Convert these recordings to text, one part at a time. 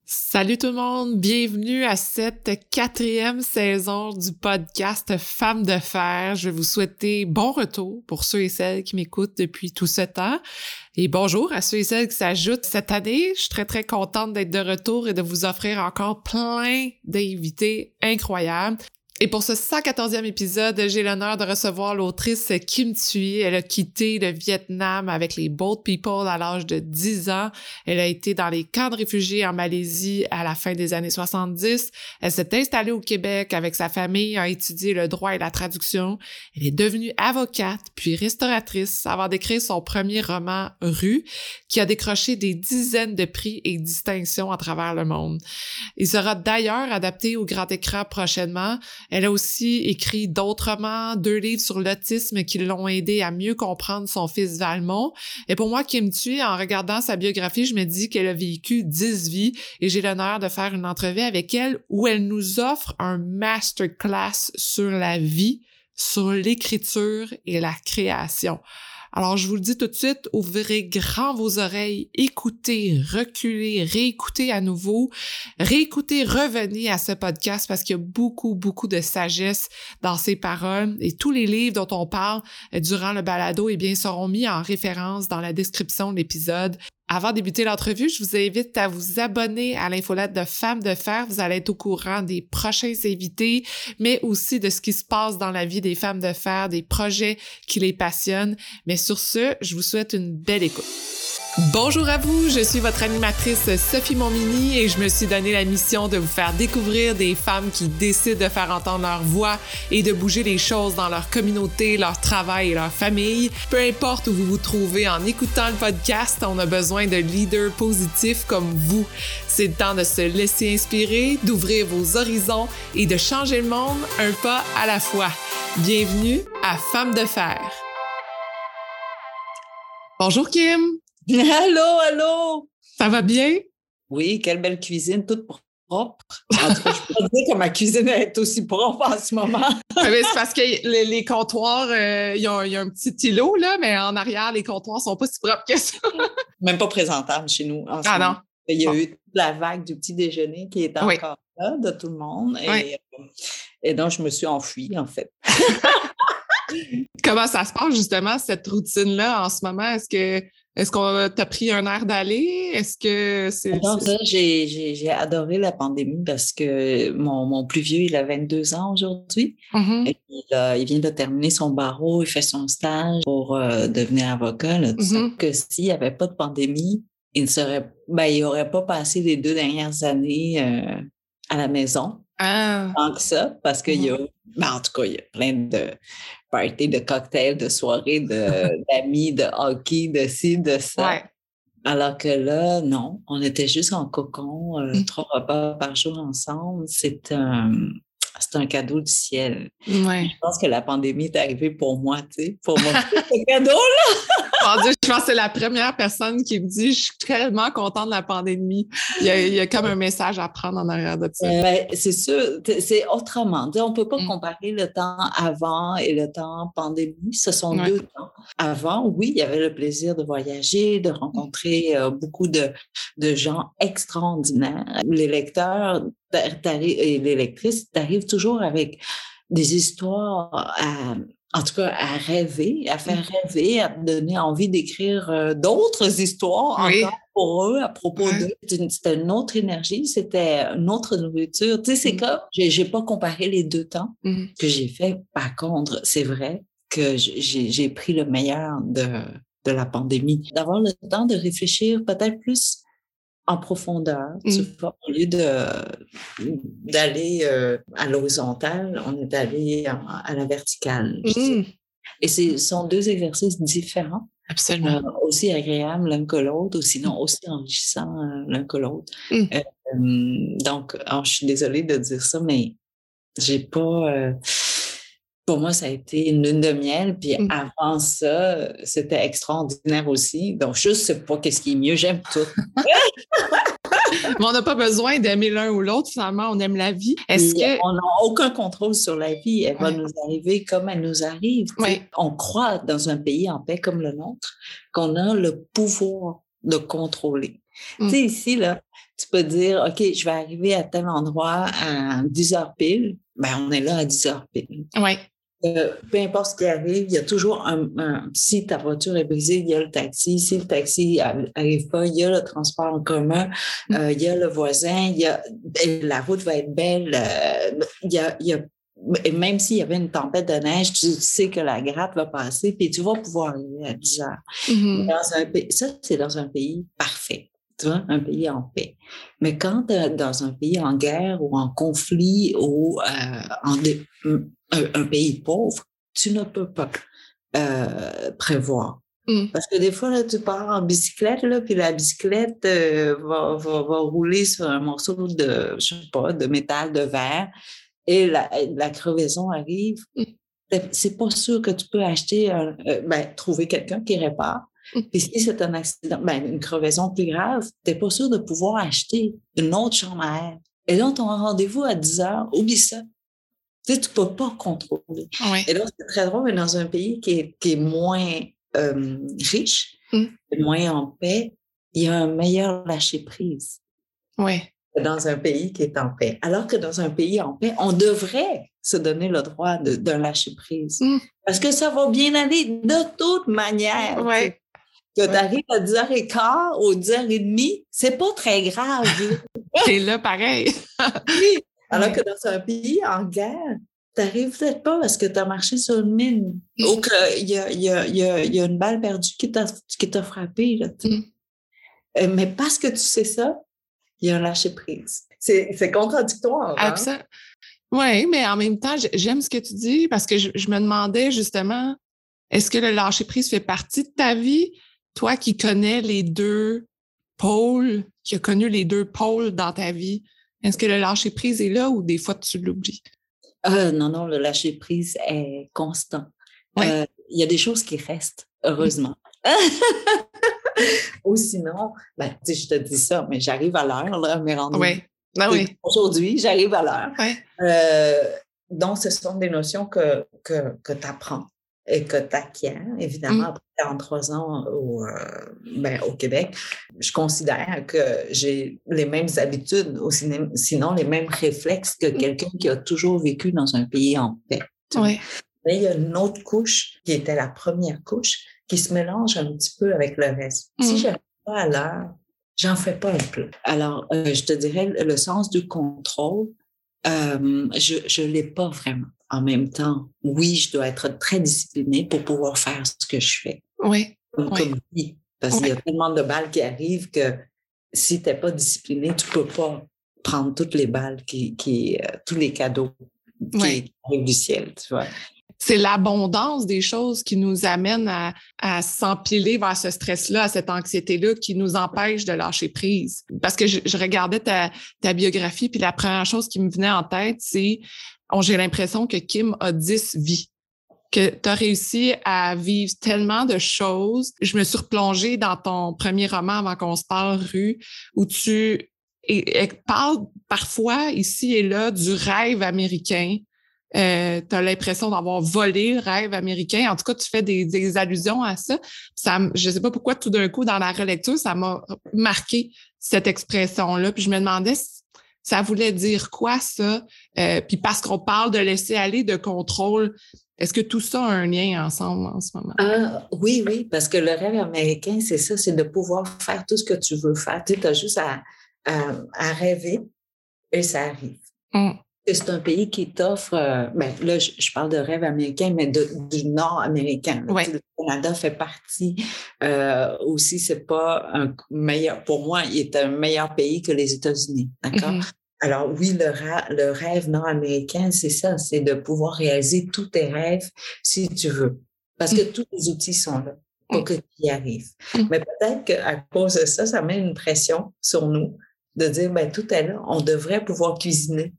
Salut tout le monde, bienvenue à cette 4e saison du podcast Femmes de fer. Je vais vous souhaiter bon retour pour ceux et celles qui m'écoutent depuis tout ce temps. Et bonjour à ceux et celles qui s'ajoutent cette année. Je suis très contente d'être de retour et de vous offrir encore plein d'invités incroyables. Et pour ce 114e épisode, j'ai l'honneur de recevoir l'autrice Kim Thuy. Elle a quitté le Vietnam avec les Boat People à l'âge de 10 ans. Elle a été dans les camps de réfugiés en Malaisie à la fin des années 70. Elle s'est installée au Québec avec sa famille, a étudié le droit et la traduction. Elle est devenue avocate, puis restauratrice, avant d'écrire son premier roman « Rue », qui a décroché des dizaines de prix et distinctions à travers le monde. Il sera d'ailleurs adapté au grand écran prochainement. Elle a aussi écrit d'autres romans, 2 livres sur l'autisme qui l'ont aidé à mieux comprendre son fils Valmont. Et pour moi, Kim Thuy, en regardant sa biographie, je me dis qu'elle a vécu 10 vies et j'ai l'honneur de faire une entrevue avec elle où elle nous offre un masterclass sur la vie, sur l'écriture et la création. Alors, je vous le dis tout de suite, ouvrez grand vos oreilles, écoutez, reculez, réécoutez à nouveau, réécoutez, revenez à ce podcast parce qu'il y a beaucoup de sagesse dans ces paroles et tous les livres dont on parle durant le balado, eh bien, seront mis en référence dans la description de l'épisode. Avant de débuter l'entrevue, je vous invite à vous abonner à l'infolette de Femmes de fer. Vous allez être au courant des prochains invités, mais aussi de ce qui se passe dans la vie des femmes de fer, des projets qui les passionnent. Mais sur ce, je vous souhaite une belle écoute. Bonjour à vous, je suis votre animatrice Sophie Montminy et je me suis donné la mission de vous faire découvrir des femmes qui décident de faire entendre leur voix et de bouger les choses dans leur communauté, leur travail et leur famille. Peu importe où vous vous trouvez en écoutant le podcast, on a besoin de leaders positifs comme vous. C'est le temps de se laisser inspirer, d'ouvrir vos horizons et de changer le monde un pas à la fois. Bienvenue à Femmes de fer. Bonjour Kim! Allô! Ça va bien? Oui, quelle belle cuisine, toute propre. En tout cas, je peux pas dire que ma cuisine est aussi propre en ce moment. Mais c'est parce que les comptoirs, il y a un petit îlot, là, mais en arrière, les comptoirs sont pas si propres que ça. Même pas présentable chez nous en ce moment. Non. Il y a eu la vague du petit déjeuner qui est encore là, de tout le monde. Et donc, je me suis enfuie, en fait. Comment ça se passe, justement, cette routine-là, en ce moment? Est-ce qu'on t'a pris un air d'aller? Est-ce que c'est... J'ai adoré la pandémie parce que mon plus vieux, il a 22 ans aujourd'hui. Mm-hmm. Et il vient de terminer son barreau, il fait son stage pour devenir avocat. Là, Mm-hmm. que s'il n'y avait pas de pandémie, il n'aurait pas passé les 2 dernières années à la maison. Tant que ça, parce qu'il y a... en tout cas, il y a plein de parties, de cocktails, de soirées, d'amis, de hockey, de ci, de ça. Ouais. Alors que là, non, on était juste en cocon, 3 repas par jour ensemble. C'est un cadeau du ciel. Ouais. Je pense que la pandémie est arrivée pour moi, tu sais, pour m'offrir ce cadeau-là. Mon Dieu, je pense que c'est la première personne qui me dit « Je suis tellement contente de la pandémie ». Il y a comme un message à prendre en arrière de ça. C'est sûr, c'est autrement. On ne peut pas comparer le temps avant et le temps pandémie. Ce sont 2 temps. Avant, oui, il y avait le plaisir de voyager, de rencontrer beaucoup de gens extraordinaires. Les lecteurs et les lectrices, t'arrives toujours avec des histoires en tout cas, à rêver, à faire rêver, à te donner envie d'écrire d'autres histoires encore pour eux, à propos d'eux. C'était une autre énergie, c'était une autre nourriture. Tu sais, c'est comme, j'ai pas comparé les 2 temps que j'ai fait. Par contre, c'est vrai que j'ai pris le meilleur de la pandémie. D'avoir le temps de réfléchir peut-être plus en profondeur, tu vois, au lieu d'aller à l'horizontale, on est allé à la verticale. Et ce sont 2 exercices différents. Absolument. Aussi agréables l'un que l'autre, ou sinon aussi enrichissants l'un que l'autre. Donc, je suis désolée de dire ça, mais j'ai pas... pour moi, ça a été une lune de miel. Puis avant ça, c'était extraordinaire aussi. Donc, je ne sais pas qu'est-ce qui est mieux. J'aime tout. Mais on n'a pas besoin d'aimer l'un ou l'autre. Finalement, on aime la vie. On n'a aucun contrôle sur la vie. Elle va nous arriver comme elle nous arrive. On croit dans un pays en paix comme le nôtre qu'on a le pouvoir de contrôler. Tu sais, ici, là, tu peux dire, OK, je vais arriver à tel endroit à 10 heures pile. Ben, on est là à 10 heures pile. Oui. Peu importe ce qui arrive, il y a toujours si ta voiture est brisée, il y a le taxi. Si le taxi n'arrive pas, il y a le transport en commun, il y a le voisin, la route va être belle. Et même s'il y avait une tempête de neige, tu sais que la gratte va passer, puis tu vas pouvoir arriver à 10 heures. Mm-hmm. Ça, c'est dans un pays parfait. Tu vois, un pays en paix. Mais quand tu es dans un pays en guerre ou en conflit ou un pays pauvre, tu ne peux pas prévoir. Parce que des fois, là, tu pars en bicyclette, là, puis la bicyclette va rouler sur un morceau de, je sais pas, de métal, de verre, et la crevaison arrive. C'est pas sûr que tu peux acheter, trouver quelqu'un qui répare. Puis si c'est un accident, une crevaison plus grave, tu n'es pas sûr de pouvoir acheter une autre chambre à air. Et là, ton rendez-vous à 10 heures, oublie ça. Tu sais, tu peux pas contrôler. Ouais. Et là, c'est très drôle, mais dans un pays qui est moins riche, moins en paix, il y a un meilleur lâcher-prise. Oui. Dans un pays qui est en paix. Alors que dans un pays en paix, on devrait se donner le droit d'un lâcher-prise. Parce que ça va bien aller de toute manière. Oui. Que tu arrives à 10h15 ou 10h30, c'est pas très grave. T'es là pareil. Oui. Alors que dans un pays en guerre, t'arrives peut-être pas parce que tu as marché sur une mine ou qu'il y a une balle perdue qui t'a frappé. Là, mais parce que tu sais ça, il y a un lâcher-prise. C'est contradictoire. Absolument. Oui, mais en même temps, j'aime ce que tu dis parce que je me demandais justement, est-ce que le lâcher-prise fait partie de ta vie? Toi qui connais les deux pôles, qui as connu les deux pôles dans ta vie, est-ce que le lâcher-prise est là ou des fois tu l'oublies? Non, le lâcher-prise est constant. Il y a des choses qui restent, heureusement. Ou sinon, je te dis ça, mais j'arrive à l'heure, là, mes rendez-vous. Oui. Aujourd'hui, j'arrive à l'heure. Oui. Donc, ce sont des notions que tu apprends et que tu acquiers, évidemment, après 43 ans au Québec. Je considère que j'ai les mêmes habitudes, ou sinon les mêmes réflexes que quelqu'un qui a toujours vécu dans un pays en paix. Oui. Mais il y a une autre couche, qui était la première couche, qui se mélange un petit peu avec le reste. Si je n'arrive pas à l'heure, j'en fais pas un plat. Alors, je te dirais, le sens du contrôle, je l'ai pas vraiment. En même temps, oui, je dois être très disciplinée pour pouvoir faire ce que je fais. Oui. Parce qu'il y a tellement de balles qui arrivent que si tu n'es pas discipliné, tu peux pas prendre toutes les balles tous les cadeaux qui arrivent du ciel, tu vois. C'est l'abondance des choses qui nous amène à s'empiler vers ce stress-là, à cette anxiété-là qui nous empêche de lâcher prise. Parce que je regardais ta biographie, puis la première chose qui me venait en tête, c'est j'ai l'impression que Kim a 10 vies, que tu as réussi à vivre tellement de choses. Je me suis replongée dans ton premier roman avant qu'on se parle, Rue, où tu parles parfois ici et là du rêve américain. Tu as l'impression d'avoir volé le rêve américain. En tout cas, tu fais des allusions à ça. Je ne sais pas pourquoi, tout d'un coup, dans la relecture, ça m'a marqué cette expression-là. Puis je me demandais si ça voulait dire quoi, ça? Puis parce qu'on parle de laisser aller, de contrôle, est-ce que tout ça a un lien ensemble en ce moment? Oui, parce que le rêve américain, c'est ça, c'est de pouvoir faire tout ce que tu veux faire. Tu as juste à rêver et ça arrive. C'est un pays qui t'offre, là, je parle de rêve américain, mais du Nord américain. Le Canada fait partie aussi, c'est pas un meilleur, pour moi, il est un meilleur pays que les États-Unis, d'accord? Alors oui, le rêve nord-américain, c'est ça, c'est de pouvoir réaliser tous tes rêves si tu veux. Parce que tous les outils sont là pour que tu y arrives. Mais peut-être qu'à cause de ça, ça met une pression sur nous de dire, tout est là, on devrait pouvoir cuisiner.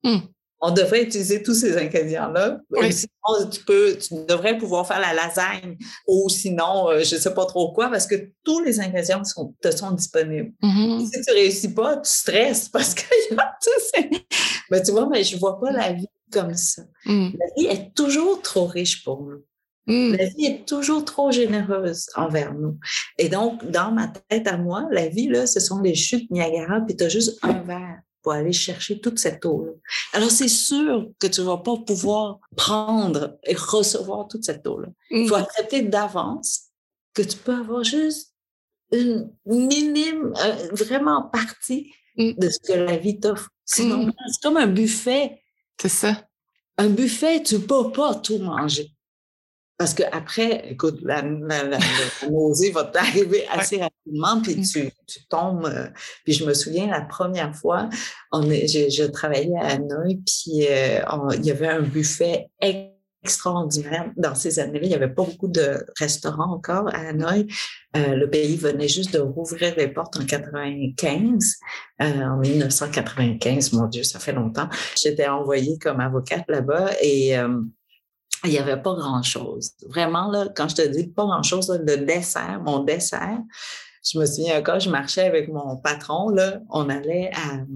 On devrait utiliser tous ces ingrédients-là. Sinon, tu devrais pouvoir faire la lasagne ou sinon, je ne sais pas trop quoi, parce que tous les ingrédients te sont disponibles. Si tu ne réussis pas, tu stresses parce qu'il y a tous ces... Mais tu vois, je ne vois pas la vie comme ça. La vie est toujours trop riche pour nous. La vie est toujours trop généreuse envers nous. Et donc, dans ma tête à moi, la vie, là, ce sont les chutes Niagara, puis tu as juste un verre pour aller chercher toute cette eau-là. Alors, c'est sûr que tu ne vas pas pouvoir prendre et recevoir toute cette eau-là. Il faut accepter d'avance que tu peux avoir juste une minime, vraiment partie de ce que la vie t'offre. Sinon, c'est comme un buffet. C'est ça. Un buffet, tu ne peux pas tout manger. Parce qu'après, écoute, la nausée va t'arriver assez rapidement, puis tu tombes. Puis je me souviens, la première fois, je travaillais à Hanoï, puis il y avait un buffet extraordinaire. Dans ces années-là, il n'y avait pas beaucoup de restaurants encore à Hanoï. Le pays venait juste de rouvrir les portes en 95. En 1995, mon Dieu, ça fait longtemps. J'étais envoyée comme avocate là-bas et il n'y avait pas grand-chose. Vraiment, là, quand je te dis pas grand-chose, là, mon dessert, je me souviens encore, je marchais avec mon patron, là, on allait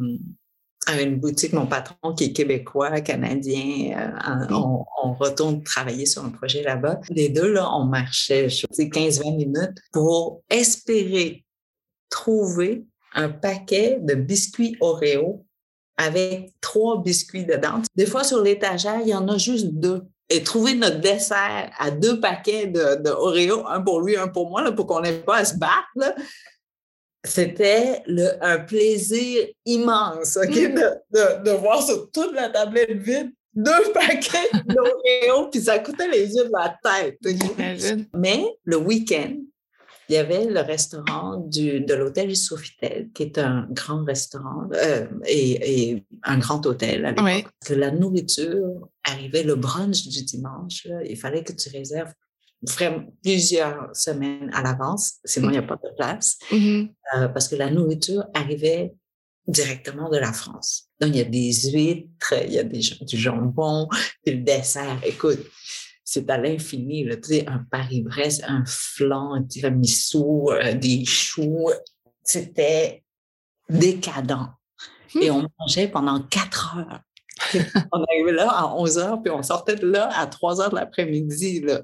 à une boutique, mon patron qui est québécois, canadien, on retourne travailler sur un projet là-bas. Les deux, là, on marchait, 15-20 minutes pour espérer trouver un paquet de biscuits Oreo avec 3 biscuits dedans. Des fois, sur l'étagère, il y en a juste 2. Et trouver notre dessert à 2 paquets de Oreo, un pour lui, un pour moi, là, pour qu'on n'ait pas à se battre, là, c'était un plaisir immense, OK, de voir sur toute la tablette vide 2 paquets d'Oreo, puis ça coûtait les yeux de la tête. Okay? Mais le week-end, il y avait le restaurant de l'hôtel Sofitel, qui est un grand restaurant et un grand hôtel à l'époque. Oui. Que la nourriture arrivait le brunch du dimanche. Là, il fallait que tu réserves vraiment plusieurs semaines à l'avance, sinon il n'y a pas de place. Parce que la nourriture arrivait directement de la France. Donc, il y a des huîtres, il y a du jambon, puis le dessert. Écoute, c'est à l'infini, là, tu sais, un Paris-Brest, un flan, un tiramisu, des choux. C'était décadent. Et on mangeait pendant 4 heures. On arrivait là à 11 heures, puis on sortait de là à 3 heures de l'après-midi, là.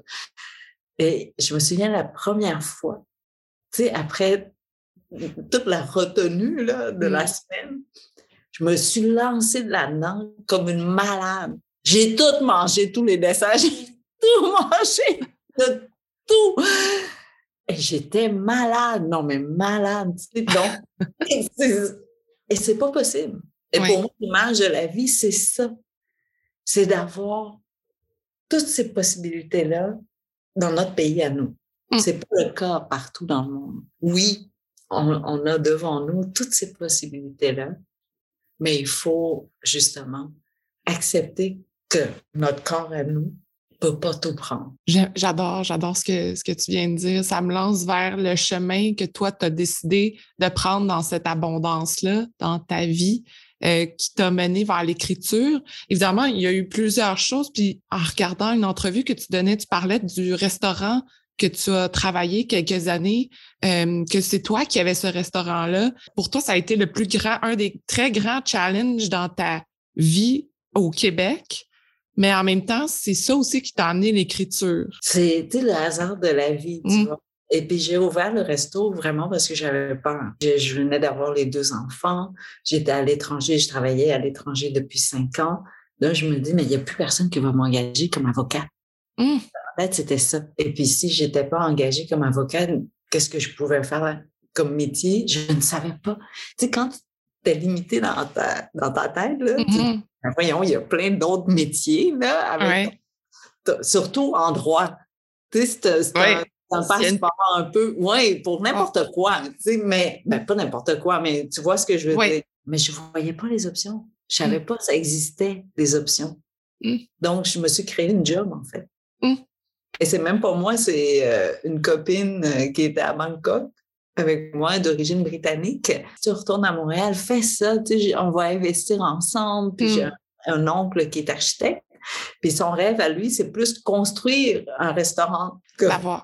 Et je me souviens la première fois, tu sais, après toute la retenue, là, de la semaine, je me suis lancée de là-dedans comme une malade. J'ai tout mangé, tous les desserts. Tout mangé, de tout. Et j'étais malade, non, mais malade. Tu sais, donc, et c'est pas possible. Et pour moi, l'image de la vie, c'est ça. C'est d'avoir toutes ces possibilités-là dans notre pays à nous. C'est pas le cas partout dans le monde. Oui, on a devant nous toutes ces possibilités-là, mais il faut justement accepter que notre corps à nous peut pas tout prendre. J'adore ce que tu viens de dire. Ça me lance vers le chemin que toi, tu as décidé de prendre dans cette abondance-là, dans ta vie, qui t'a mené vers l'écriture. Évidemment, il y a eu plusieurs choses. Puis en regardant une entrevue que tu donnais, tu parlais du restaurant que tu as travaillé quelques années, que c'est toi qui avais ce restaurant-là. Pour toi, ça a été un des très grands challenges dans ta vie au Québec. Mais en même temps, c'est ça aussi qui t'a amené l'écriture. C'était le hasard de la vie, tu vois. Et puis, j'ai ouvert le resto vraiment parce que j'avais peur. Je venais d'avoir les 2 enfants. J'étais à l'étranger. Je travaillais à l'étranger depuis 5 ans. Là, je me dis, mais il n'y a plus personne qui va m'engager comme avocate. En fait, c'était ça. Et puis, si je n'étais pas engagée comme avocate, qu'est-ce que je pouvais faire comme métier? Je ne savais pas. Tu sais, quand tu es limité dans ta tête, là, ben voyons, il y a plein d'autres métiers, là, avec surtout en droit. Tu sais, c'est un passeport un peu, pour n'importe quoi, tu sais, mais pas n'importe quoi, mais tu vois ce que je veux dire. Mais je ne voyais pas les options. Je ne savais pas que ça existait, des options. Donc, je me suis créé une job, en fait. Et c'est même pas moi, c'est une copine qui était à Bangkok avec moi, d'origine britannique. Tu retournes à Montréal, fais ça, tu sais, on va investir ensemble. Puis j'ai un oncle qui est architecte. Puis son rêve à lui, c'est plus construire un restaurant que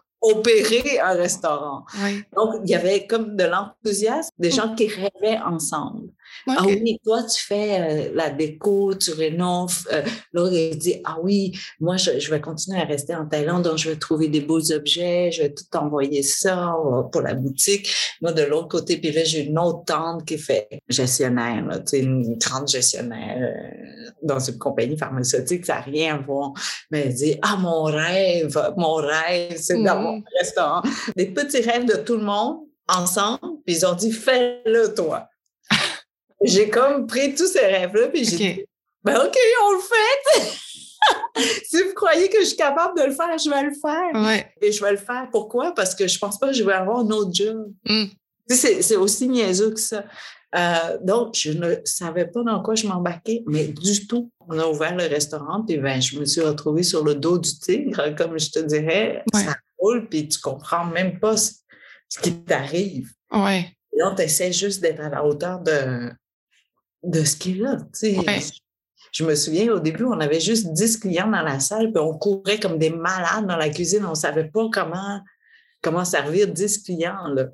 opérer un restaurant. Donc, il y avait comme de l'enthousiasme, des gens qui rêvaient ensemble. Ah oui, toi, tu fais la déco, tu rénoves. L'autre, il dit, ah oui, moi, je vais continuer à rester en Thaïlande, donc je vais trouver des beaux objets, je vais tout envoyer ça pour la boutique. Moi, de l'autre côté, puis là, j'ai une autre tante qui fait gestionnaire, là, tu sais, une grande gestionnaire dans une compagnie pharmaceutique, ça n'a rien à voir. Mais elle dit, ah, mon rêve, c'est dans mon restaurant. Des petits rêves de tout le monde ensemble, puis ils ont dit, fais-le, toi. J'ai comme pris tous ces rêves-là, puis j'ai dit, ben OK, on le fait! Si vous croyez que je suis capable de le faire, je vais le faire. Ouais. Et je vais le faire. Pourquoi? Parce que je pense pas que je vais avoir un autre job. C'est aussi niaiseux que ça. Donc, je ne savais pas dans quoi je m'embarquais, mais du tout. On a ouvert le restaurant, puis ben, je me suis retrouvée sur le dos du tigre, comme je te dirais. Ouais. Ça roule, puis tu comprends même pas ce qui t'arrive. Ouais. Et donc, tu essaies juste d'être à la hauteur de ce qui est là. Ouais. Je me souviens, au début, on avait juste 10 clients dans la salle, puis on courait comme des malades dans la cuisine. On ne savait pas comment servir 10 clients. Là.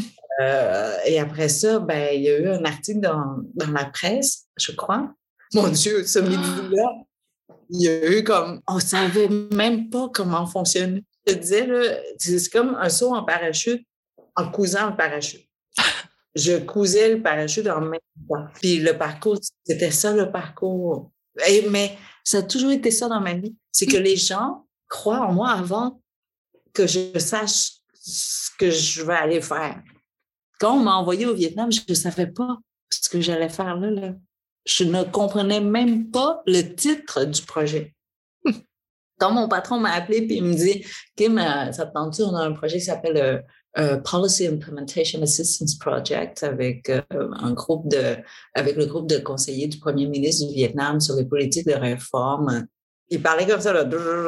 Et après ça, ben, il y a eu un article dans la presse, je crois. Mon Dieu, ce midi-là, il y a eu comme... On ne savait même pas comment fonctionner. Je te disais, là, c'est comme un saut en parachute en cousant le parachute. Je cousais le parachute en même temps. Puis le parcours, c'était ça le parcours. Mais ça a toujours été ça dans ma vie. C'est que les gens croient en moi avant que je sache ce que je vais aller faire. Quand on m'a envoyé au Vietnam, je ne savais pas ce que j'allais faire là. Je ne comprenais même pas le titre du projet. Quand mon patron m'a appelé et il me dit « Kim, ça te tente-tu? On a un projet qui s'appelle Policy Implementation Assistance Project avec avec le groupe de conseillers du premier ministre du Vietnam sur les politiques de réforme. » Il parlait comme ça, là.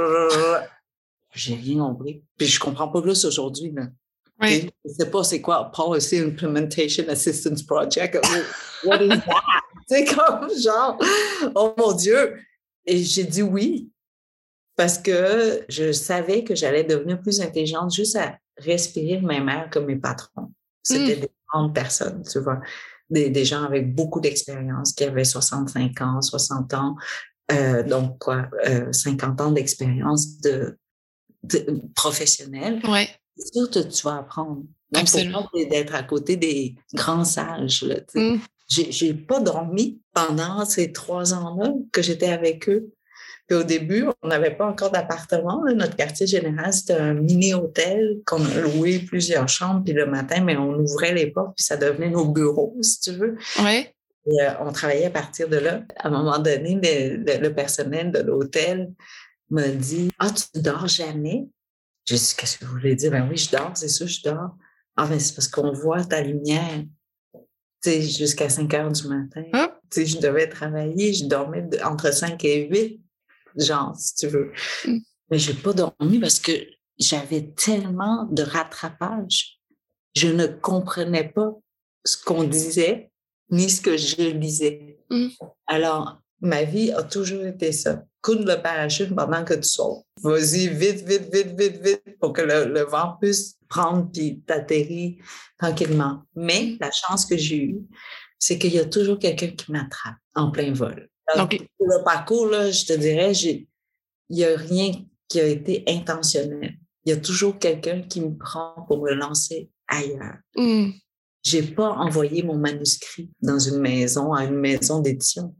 J'ai rien compris. Puis je comprends pas plus aujourd'hui, là. Oui. Je sais pas c'est quoi Policy Implementation Assistance Project. What is that? C'est comme genre, oh mon Dieu. Et j'ai dit oui. Parce que je savais que j'allais devenir plus intelligente juste à respirer le même air que mes patrons. C'était des grandes personnes, tu vois, des gens avec beaucoup d'expérience, qui avaient 65 ans, 60 ans, donc quoi, 50 ans d'expérience professionnelle. Ouais. C'est sûr que tu vas apprendre. Donc, absolument. C'est d'être à côté des grands sages. Là, j'ai pas dormi pendant ces 3 ans-là que j'étais avec eux. Puis au début, on n'avait pas encore d'appartement. Là. Notre quartier général, c'était un mini-hôtel qu'on a loué plusieurs chambres. Puis le matin, mais on ouvrait les portes, puis ça devenait nos bureaux, si tu veux. Ouais. Et, on travaillait à partir de là. À un moment donné, le personnel de l'hôtel m'a dit « Ah, tu dors jamais? » J'ai dit « Qu'est-ce que vous voulez dire? » « Ben oui, je dors, c'est sûr, je dors. » « Ah, ben c'est parce qu'on voit ta lumière. » Tu sais, jusqu'à 5 heures du matin. Tu sais, je devais travailler, je dormais entre 5 et 8. Genre, si tu veux. Mais j'ai pas dormi parce que j'avais tellement de rattrapage. Je ne comprenais pas ce qu'on disait ni ce que je lisais. Alors, ma vie a toujours été ça. Coudre le parachute pendant que tu sautes. Vas-y, vite, vite, vite, vite, vite, pour que le vent puisse prendre puis t'atterrir tranquillement. Mais la chance que j'ai eue, c'est qu'il y a toujours quelqu'un qui m'attrape en plein vol. Alors, pour le parcours, là, je te dirais, il n'y a rien qui a été intentionnel. Il y a toujours quelqu'un qui me prend pour me lancer ailleurs. J'ai pas envoyé mon manuscrit à une maison d'édition.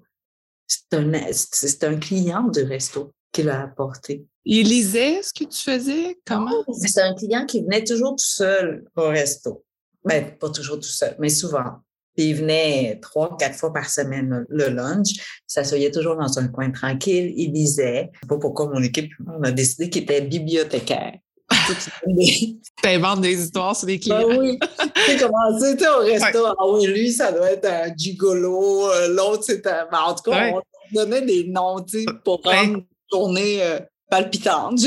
C'est un client du resto qui l'a apporté. Il lisait ce que tu faisais? Comment? C'est un client qui venait toujours tout seul au resto. Ben, pas toujours tout seul, mais souvent. Puis il venait 3-4 fois par semaine le lunch. Il s'asseyait toujours dans un coin tranquille. Il lisait. Je sais pas pourquoi mon équipe, on a décidé qu'il était bibliothécaire. T'inventes des histoires sur les clients. Ben oui. Tu sais comment c'était au resto. Ouais. Ah oui, lui, ça doit être un gigolo. L'autre, c'est un... Ben, en tout cas, on donnait des noms, tu sais, pour rendre une journée palpitante.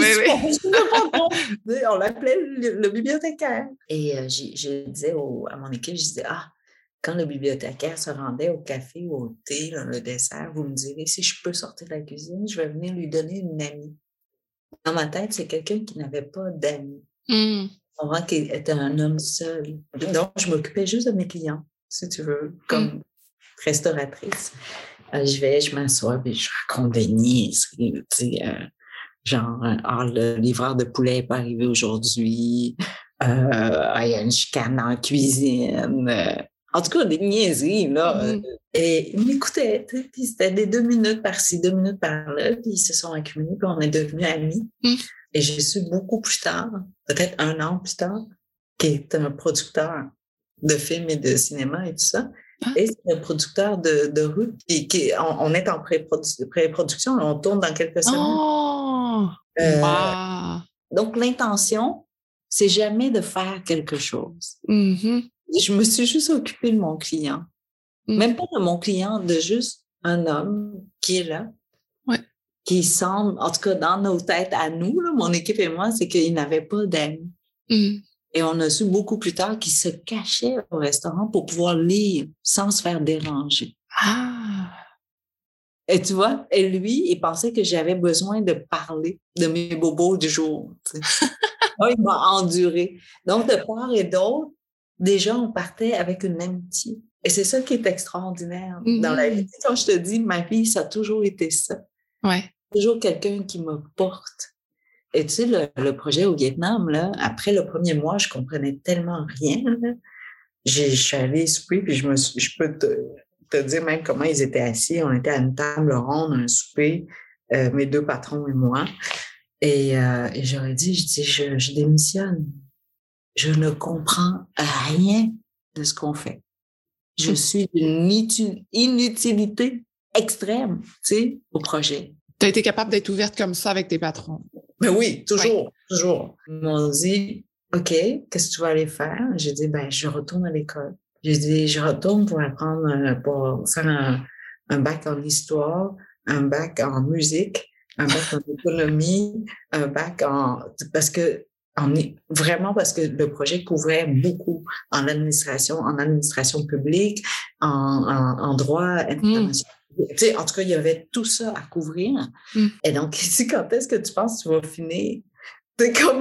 On l'appelait le bibliothécaire. Et je disais à mon équipe, je disais, quand le bibliothécaire se rendait au café ou au thé, là, le dessert, vous me direz, si je peux sortir de la cuisine, je vais venir lui donner une amie. Dans ma tête, c'est quelqu'un qui n'avait pas d'amis. Qui était un homme seul. Donc, je m'occupais juste de mes clients, si tu veux. Comme restauratrice. Je m'assois, puis je raconte des niaiseries, tu sais, genre, le livreur de poulet n'est pas arrivé aujourd'hui, il y a une chicane dans la cuisine. En tout cas, des niaiseries, là. Et ils m'écoutaient, tu sais, puis c'était des 2 minutes par-ci, 2 minutes par-là, puis ils se sont accumulés, puis on est devenus amis. Et j'ai su beaucoup plus tard, peut-être 1 an plus tard, qu'il est un producteur de films et de cinéma et tout ça. Et c'est un producteur de rue. Et on est en pré-production, on tourne dans quelques semaines. Oh! Wow! Donc, l'intention, c'est jamais de faire quelque chose. Je me suis juste occupée de mon client. Même pas de mon client, de juste un homme qui est là. Ouais. Qui semble, en tout cas dans nos têtes à nous, là, mon équipe et moi, c'est qu'il n'avait pas d'amis. Et on a su beaucoup plus tard qu'il se cachait au restaurant pour pouvoir lire sans se faire déranger. Et tu vois, et lui, il pensait que j'avais besoin de parler de mes bobos du jour. Tu sais. Il m'a enduré. Donc, de part et d'autre, déjà, on partait avec une amitié. Et c'est ça qui est extraordinaire dans la vie. Quand je te dis, ma vie, ça a toujours été ça. Ouais. Toujours quelqu'un qui me porte. Et tu sais, le projet au Vietnam, là, après le premier mois, je comprenais tellement rien. Là. Je suis allée souper, puis je peux te dire même comment ils étaient assis. On était à une table ronde, un souper, mes 2 patrons et moi. Et j'aurais dit, je démissionne. Je ne comprends rien de ce qu'on fait. Je suis d'une inutilité extrême, tu sais, au projet. Tu as été capable d'être ouverte comme ça avec tes patrons? Mais oui, toujours. Ils m'ont dit, OK, qu'est-ce que tu vas aller faire? J'ai dit, je retourne à l'école. J'ai dit, je retourne pour apprendre, pour faire un bac en histoire, un bac en musique, un bac en économie, un bac parce que le projet couvrait beaucoup en administration publique, en droit international. Tu sais, en tout cas, il y avait tout ça à couvrir. Et donc, ici, quand est-ce que tu penses que tu vas finir? C'est comme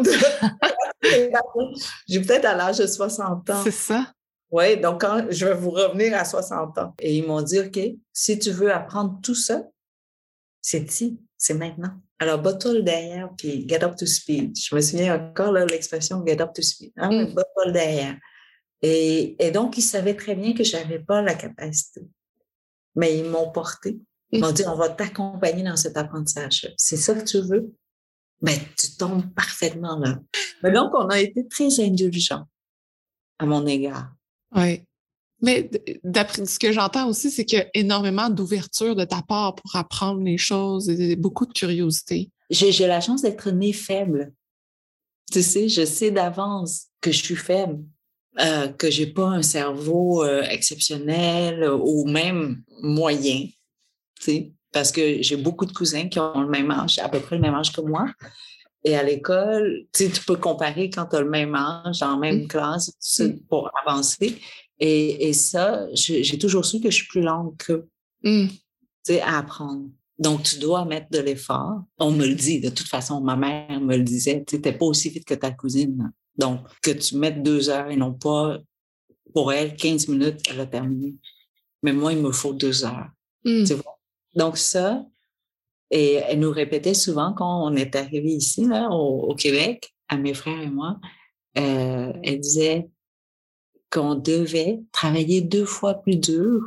j'ai peut-être à l'âge de 60 ans. C'est ça. Oui, donc quand je vais vous revenir à 60 ans. Et ils m'ont dit, OK, si tu veux apprendre tout ça, c'est ici, c'est maintenant. Alors, bats-toi le derrière, puis get up to speed. Je me souviens encore de l'expression get up to speed. Bats-toi le derrière. Et donc, ils savaient très bien que je n'avais pas la capacité. Mais ils m'ont porté. Ils m'ont dit, on va t'accompagner dans cet apprentissage. C'est ça que tu veux? Tu tombes parfaitement là. Mais donc, on a été très indulgents à mon égard. Oui. Mais d'après ce que j'entends aussi, c'est qu'il y a énormément d'ouverture de ta part pour apprendre les choses et beaucoup de curiosité. J'ai la chance d'être née faible. Tu sais, je sais d'avance que je suis faible, que j'ai pas un cerveau exceptionnel ou même moyen, tu sais, parce que j'ai beaucoup de cousins qui ont le même âge, à peu près le même âge que moi. Et à l'école, tu sais, tu peux comparer quand tu as le même âge, dans la même classe, pour avancer. Et ça, j'ai toujours su que je suis plus lente qu'eux, tu sais, à apprendre. Donc, tu dois mettre de l'effort. On me le dit, de toute façon, ma mère me le disait, tu n'es pas aussi vite que ta cousine. Donc, que tu mettes 2 heures et non pas, pour elle, 15 minutes, elle a terminé. Mais moi, il me faut 2 heures. Tu vois? Donc, ça, et elle nous répétait souvent quand on est arrivé ici, là, au Québec, à mes frères et moi, elle disait qu'on devait travailler 2 fois plus dur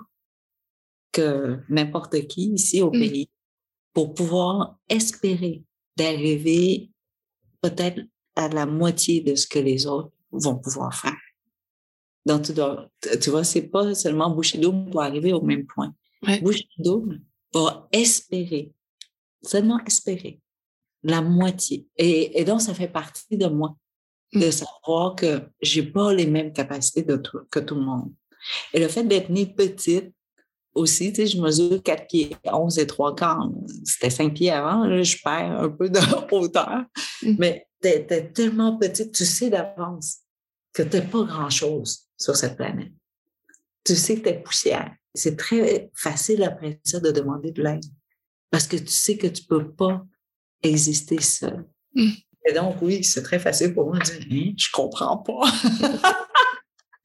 que n'importe qui ici au pays pour pouvoir espérer d'arriver peut-être à la moitié de ce que les autres vont pouvoir faire. Donc, tu vois, c'est pas seulement boucher double pour arriver au même point. Ouais. Boucher double pour espérer, seulement espérer la moitié. Et donc, ça fait partie de moi, de savoir que j'ai pas les mêmes capacités que tout le monde. Et le fait d'être née petite, aussi, tu sais, je mesure 4 pieds 11 et 3 quarts. C'était 5 pieds avant, là, je perds un peu de hauteur. Mais t'es tellement petite, tu sais d'avance que t'es pas grand-chose sur cette planète. Tu sais que t'es poussière. C'est très facile après ça de demander de l'aide parce que tu sais que tu peux pas exister seul. Et donc, oui, c'est très facile pour moi de dire, je comprends pas.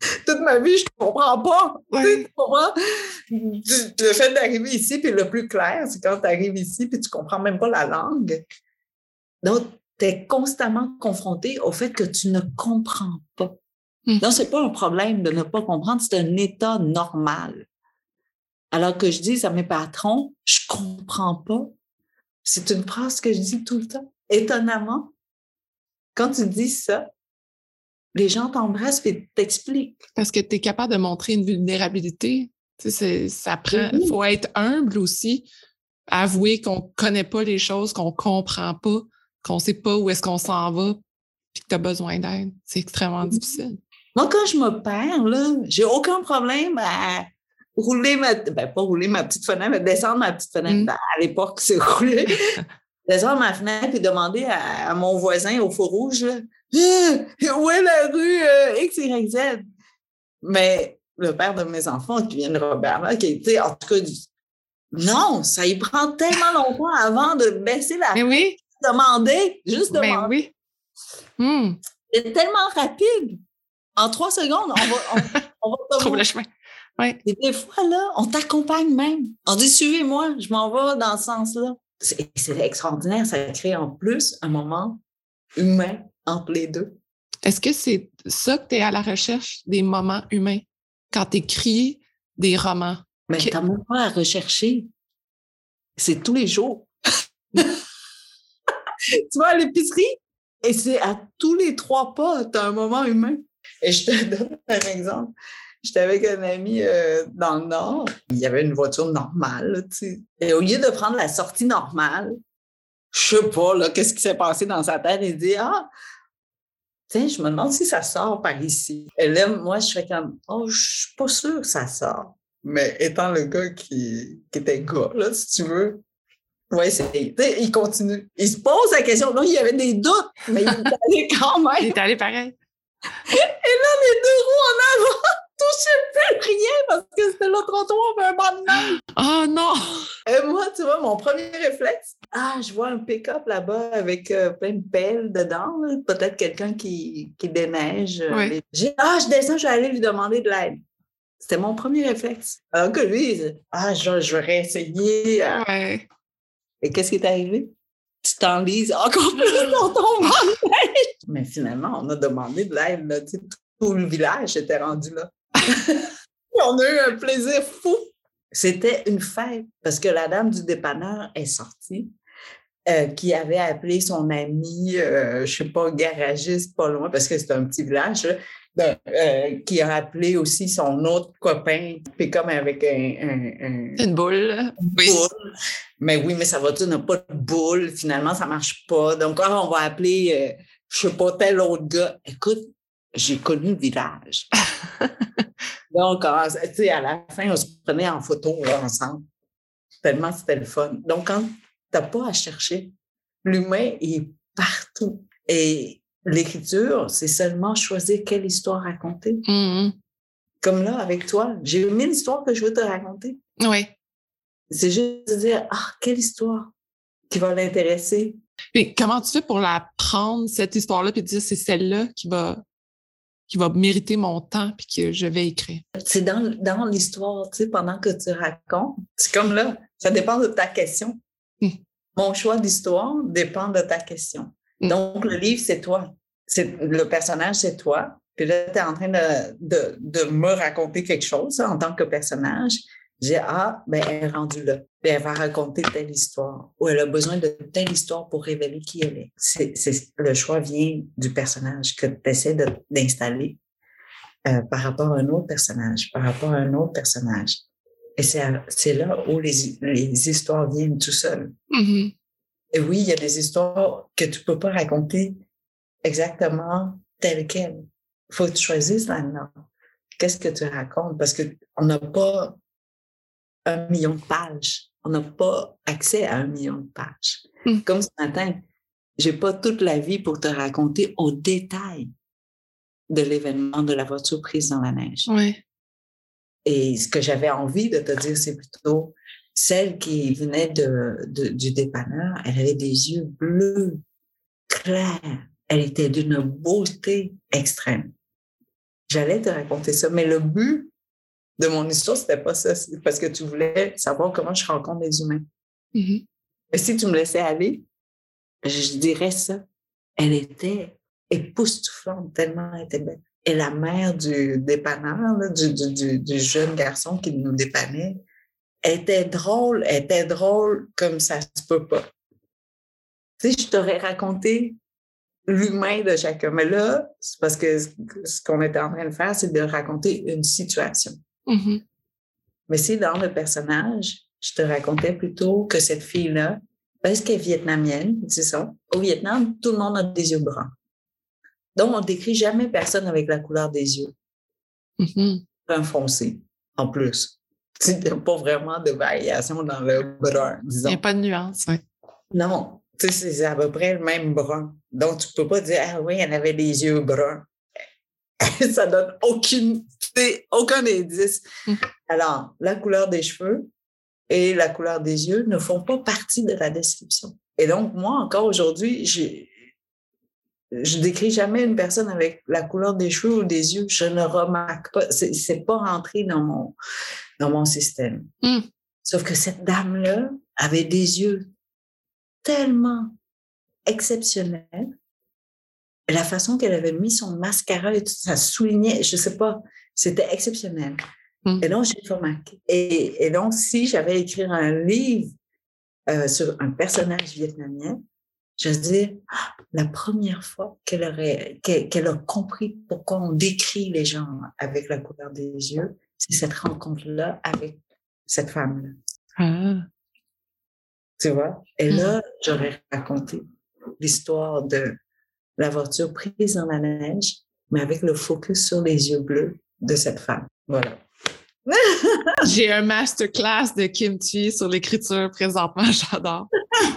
toute ma vie, je comprends pas. Ouais. Tu comprends? Le fait d'arriver ici, puis le plus clair, c'est quand tu arrives ici, puis tu comprends même pas la langue. Donc, tu es constamment confronté au fait que tu ne comprends pas. Donc, c'est pas un problème de ne pas comprendre, c'est un état normal. Alors que je dis à mes patrons, je comprends pas. C'est une phrase que je dis tout le temps. Étonnamment, quand tu dis ça, les gens t'embrassent et t'expliquent. Parce que tu es capable de montrer une vulnérabilité. Tu sais, ça prend. Oui. Faut être humble aussi. Avouer qu'on connaît pas les choses, qu'on comprend pas, qu'on sait pas où est-ce qu'on s'en va, puis que tu as besoin d'aide. C'est extrêmement difficile. Moi, quand je me perds, là, j'ai aucun problème à rouler pas rouler ma petite fenêtre, mais descendre ma petite fenêtre. À l'époque, c'est rouler. Descendre ma fenêtre et demander à mon voisin au feu rouge, là, où est la rue X, Y, Z? Mais le père de mes enfants, qui vient de Robert, là, qui était, en tout cas, non, ça y prend tellement longtemps avant de baisser la fenêtre. Oui. Demander, juste demander. Oui. C'est tellement rapide. En 3 secondes, on va trouver le chemin. Ouais. Et des fois, là, on t'accompagne même. On dit, suivez-moi, je m'en vais dans ce sens-là. C'est extraordinaire. Ça crée en plus un moment humain entre les deux. Est-ce que c'est ça que tu es à la recherche, des moments humains, quand tu écris des romans? Mais tu n'as même pas à rechercher. C'est tous les jours. Tu vas à l'épicerie et c'est à tous les 3 pas, tu as un moment humain. Et je te donne un exemple. J'étais avec un ami dans le Nord. Il y avait une voiture normale, là, tu sais. Et au lieu de prendre la sortie normale, je sais pas, là, qu'est-ce qui s'est passé dans sa tête. Il dit, tiens, je me demande si ça sort par ici. Et là, moi, je fais comme, je suis pas sûre que ça sort. Mais étant le gars qui était gars, là, si tu veux, ouais, il continue. Il se pose la question. Là, il y avait des doutes, mais il est allé quand même. Il est allé pareil. Et là, les 2 roues en avant touchaient plus rien parce que c'était le trottoir mais un banc de neige. Oh non! Et moi, tu vois, mon premier réflexe, je vois un pick-up là-bas avec plein de pelles dedans. Là. Peut-être quelqu'un qui déneige. Oui. Je descends, je vais aller lui demander de l'aide. C'était mon premier réflexe. Alors que lui, je vais réessayer. Ouais. Et qu'est-ce qui est arrivé? Tu t'enlises encore plus dans ton banc de neige. Mais finalement, on a demandé de l'aide. Là, tout le village était rendu là. On a eu un plaisir fou. C'était une fête parce que la dame du dépanneur est sortie, qui avait appelé son ami, je sais pas, garagiste pas loin, parce que c'est un petit village, là, qui a appelé aussi son autre copain, puis comme avec une boule. Oui. Boule. Mais oui, mais sa voiture n'a pas de boule. Finalement, ça marche pas. Donc, on va appeler, je sais pas, tel autre gars. Écoute, j'ai connu le village. Donc, tu sais, à la fin, on se prenait en photo là, ensemble. Tellement c'était le fun. Donc, quand tu n'as pas à chercher, l'humain est partout. Et l'écriture, c'est seulement choisir quelle histoire raconter. Mm-hmm. Comme là, avec toi, j'ai 1000 histoires que je veux te raconter. Oui. C'est juste de dire, quelle histoire qui va l'intéresser. Puis, comment tu fais pour la prendre, cette histoire-là, puis dire, c'est celle-là qui va mériter mon temps puis que je vais écrire. C'est dans l'histoire, tu sais, pendant que tu racontes. C'est comme là, ça dépend de ta question. Mon choix d'histoire dépend de ta question. Donc, le livre, c'est toi. Le personnage, c'est toi. Puis là, tu es en train de me raconter quelque chose en tant que personnage. J'ai elle est rendue là. Puis elle va raconter telle histoire. Ou elle a besoin de telle histoire pour révéler qui elle est. Le choix vient du personnage que tu essaies d'installer par rapport à un autre personnage, Et c'est là où les histoires viennent tout seules. Mm-hmm. Et oui, il y a des histoires que tu peux pas raconter exactement telles quelles. Il faut que tu choisisses là-dedans. Qu'est-ce que tu racontes? Parce qu'on n'a pas 1 million de pages. On n'a pas accès à 1 million de pages. Comme ce matin, j'ai pas toute la vie pour te raconter au détail de l'événement de la voiture prise dans la neige. Oui. Et ce que j'avais envie de te dire, c'est plutôt celle qui venait du dépanneur, elle avait des yeux bleus, clairs. Elle était d'une beauté extrême. j'allais te raconter ça. Mais le but de mon histoire, c'était pas ça. C'est parce que tu voulais savoir comment je rencontre les humains. Mm-hmm. Et si tu me laissais aller, je dirais ça. Elle était époustouflante, tellement elle était belle. Et la mère du dépanneur, là, du jeune garçon qui nous dépannait, était drôle comme ça se peut pas. Tu sais, je t'aurais raconté l'humain de chacun. Mais là, c'est parce que ce qu'on était en train de faire, c'est de raconter une situation. Mm-hmm. Mais si dans le personnage, je te racontais plutôt que cette fille-là, parce qu'elle est vietnamienne, c'est ça. Au Vietnam, tout le monde a des yeux bruns. Donc, on ne décrit jamais personne avec la couleur des yeux. Mm-hmm. Brun foncé, en plus. Il n'y a pas vraiment de variation dans le brun, disons. Il n'y a pas de nuance, oui. Non, tu sais, c'est à peu près le même brun. Donc, tu ne peux pas dire, ah oui, elle avait les yeux bruns. Ça donne aucun indice. Alors, la couleur des cheveux et la couleur des yeux ne font pas partie de la description. Et donc, moi, encore aujourd'hui, je décris jamais une personne avec la couleur des cheveux ou des yeux. Je ne remarque pas. C'est pas rentré dans mon système. Sauf que cette dame-là avait des yeux tellement exceptionnels. Et la façon qu'elle avait mis son mascara et tout ça soulignait, je sais pas, c'était exceptionnel. Et donc, j'ai remarqué. Et donc, si j'avais écrit un livre sur un personnage vietnamien, je dis, la première fois qu'elle a compris pourquoi on décrit les gens avec la couleur des yeux, c'est cette rencontre-là avec cette femme-là. Ah. Tu vois? Et là, j'aurais raconté l'histoire de la voiture prise dans la neige, mais avec le focus sur les yeux bleus de cette femme. Voilà. J'ai un masterclass de Kim Thuy sur l'écriture présentement, j'adore.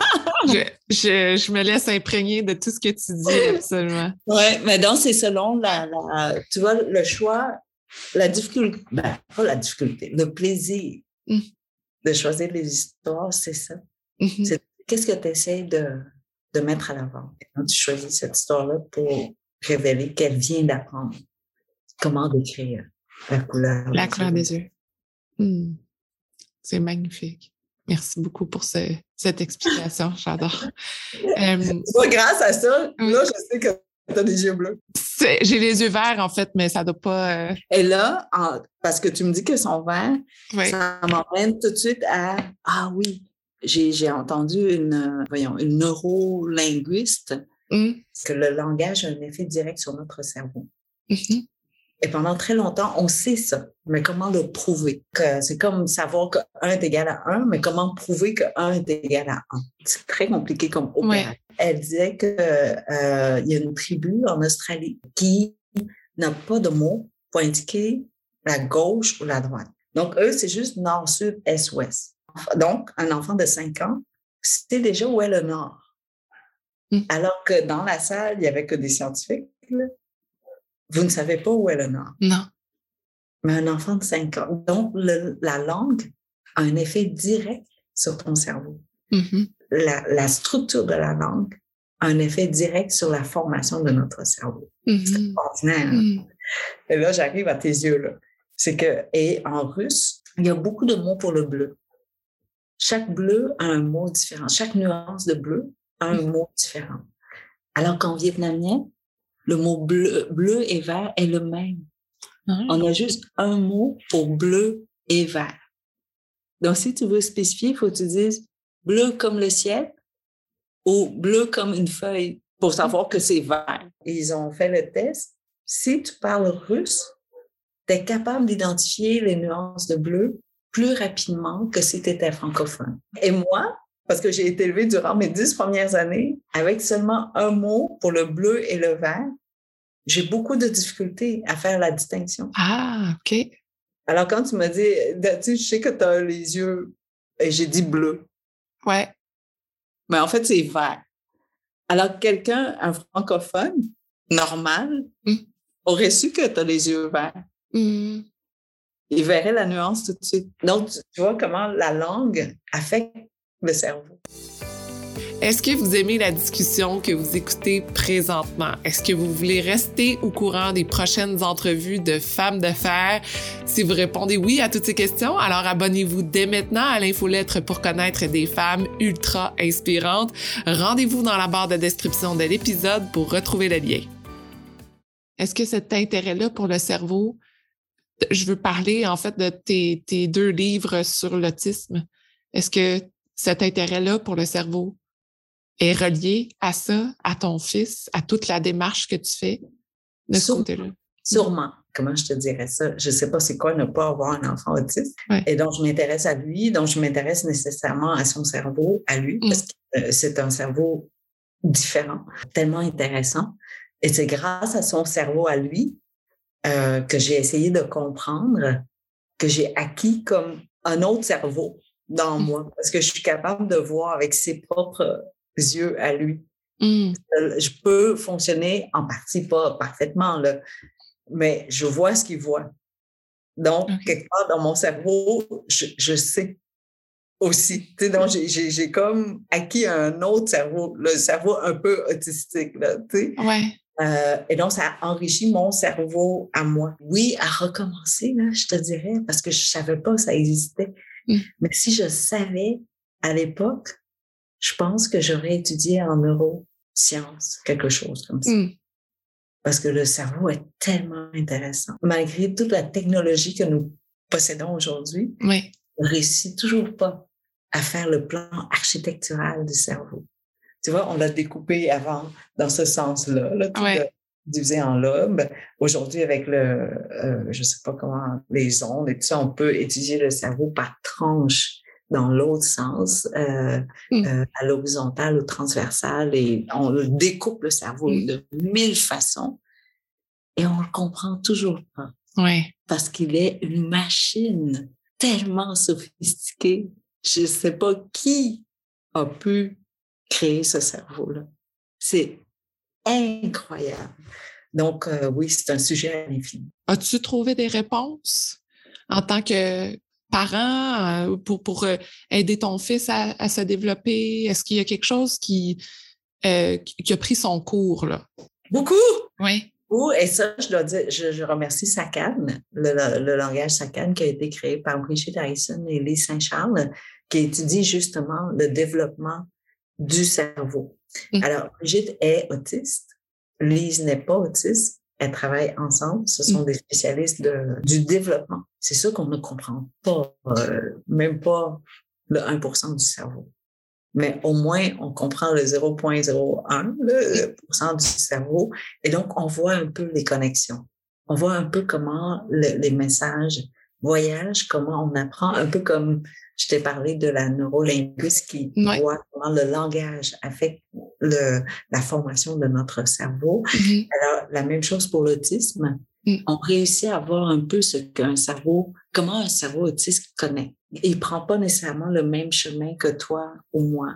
Je me laisse imprégner de tout ce que tu dis, absolument. Oui, mais donc c'est selon tu vois, le choix, la difficulté, pas la difficulté, le plaisir de choisir les histoires, c'est ça. C'est qu'est-ce que tu essaies de mettre à l'avant. Quand tu choisis cette histoire-là pour révéler qu'elle vient d'apprendre comment décrire la couleur. La couleur des yeux. C'est magnifique. Merci beaucoup pour cette explication. J'adore. Grâce à ça, là, je sais que tu as des yeux bleus. J'ai les yeux verts, en fait, mais ça ne doit pas... Et là, parce que tu me dis qu'ils sont verts, ça m'emmène tout de suite à... Ah oui, j'ai entendu une neurolinguiste que le langage a un effet direct sur notre cerveau. Et pendant très longtemps, on sait ça, mais comment le prouver? C'est comme savoir que 1 est égal à 1, mais comment prouver que 1 est égal à 1? C'est très compliqué comme opération. Elle disait qu'il y a une tribu en Australie qui n'a pas de mot pour indiquer la gauche ou la droite. Donc, eux, c'est juste nord, sud, est, ouest. Donc, un enfant de 5 ans sait déjà où est le nord. Alors que dans la salle, il n'y avait que des scientifiques, là. Vous ne savez pas où est le nord. Non. Mais un enfant de 5 ans. Donc, la langue a un effet direct sur ton cerveau. La structure de la langue a un effet direct sur la formation de notre cerveau. C'est extraordinaire. Et là, j'arrive à tes yeux, là. C'est que, et en russe, il y a beaucoup de mots pour le bleu. Chaque bleu a un mot différent. Chaque nuance de bleu a un mot différent. Alors qu'en vietnamien, le mot bleu et vert est le même. On a juste un mot pour bleu et vert. Donc, si tu veux spécifier, il faut que tu dises bleu comme le ciel ou bleu comme une feuille pour savoir que c'est vert. Et ils ont fait le test. Si tu parles russe, tu es capable d'identifier les nuances de bleu plus rapidement que si tu étais francophone. Et moi, parce que j'ai été élevée durant mes 10 premières années, avec seulement un mot pour le bleu et le vert, j'ai beaucoup de difficultés à faire la distinction. Ah, OK. Alors, quand tu m'as dit, tu sais, je sais que tu as les yeux, et j'ai dit bleu. Ouais. Mais en fait, c'est vert. Alors, quelqu'un, un francophone, normal, aurait su que tu as les yeux verts. Il verrait la nuance tout de suite. Donc, tu vois comment la langue affecte le cerveau. Est-ce que vous aimez la discussion que vous écoutez présentement? Est-ce que vous voulez rester au courant des prochaines entrevues de Femmes de Fer? Si vous répondez oui à toutes ces questions, alors abonnez-vous dès maintenant à l'infolettre pour connaître des femmes ultra inspirantes. Rendez-vous dans la barre de description de l'épisode pour retrouver le lien. Est-ce que cet intérêt-là pour le cerveau, je veux parler en fait de tes 2 livres sur l'autisme, est-ce que cet intérêt-là pour le cerveau est relié à ça, à ton fils, à toute la démarche que tu fais de ce côté-là? Sûrement. Comment je te dirais ça? Je ne sais pas c'est quoi ne pas avoir un enfant autiste. Ouais. Et donc, je m'intéresse à lui, donc je m'intéresse nécessairement à son cerveau, à lui, parce que c'est un cerveau différent, tellement intéressant. Et c'est grâce à son cerveau à lui que j'ai essayé de comprendre, que j'ai acquis comme un autre cerveau dans moi, parce que je suis capable de voir avec ses propres yeux à lui. Je peux fonctionner en partie, pas parfaitement, là, mais je vois ce qu'il voit. Donc, quelque part dans mon cerveau, je sais aussi. Tu sais, donc, j'ai comme acquis un autre cerveau, le cerveau un peu autistique, là, tu sais. Ouais. Et donc, ça a enrichi mon cerveau à moi. Oui, à recommencer, là, je te dirais, parce que je savais pas que ça existait. Mais si je savais à l'époque, je pense que j'aurais étudié en neurosciences, quelque chose comme ça. Parce que le cerveau est tellement intéressant. Malgré toute la technologie que nous possédons aujourd'hui, on ne réussit toujours pas à faire le plan architectural du cerveau. Tu vois, on l'a découpé avant dans ce sens-là, là, divisé en lobes. Aujourd'hui, avec je sais pas comment, les ondes et tout ça, on peut étudier le cerveau par tranche dans l'autre sens, à l'horizontale ou transversale, et on découpe le cerveau de 1000 façons et on le comprend toujours pas. Parce qu'il est une machine tellement sophistiquée. Je sais pas qui a pu créer ce cerveau-là. C'est incroyable. Donc, oui, c'est un sujet à l'infini. As-tu trouvé des réponses en tant que parent pour aider ton fils à se développer? Est-ce qu'il y a quelque chose qui a pris son cours, là? Beaucoup! Oui. Et ça, je dois dire, je remercie SACAN, le langage SACAN qui a été créé par Brigitte Harrison et Lise Saint-Charles, qui étudie justement le développement du cerveau. Alors, Brigitte est autiste, Lise n'est pas autiste, elles travaillent ensemble, ce sont des spécialistes du développement. C'est ça qu'on ne comprend pas, même pas le 1% du cerveau. Mais au moins, on comprend le 0,01% du cerveau, et donc on voit un peu les connexions. On voit un peu comment les messages voyagent, comment on apprend, un peu comme je t'ai parlé de la neurolinguiste qui voit comment le langage affecte la formation de notre cerveau. Alors, la même chose pour l'autisme. On réussit à voir un peu comment un cerveau autiste connaît. Il prend pas nécessairement le même chemin que toi ou moi,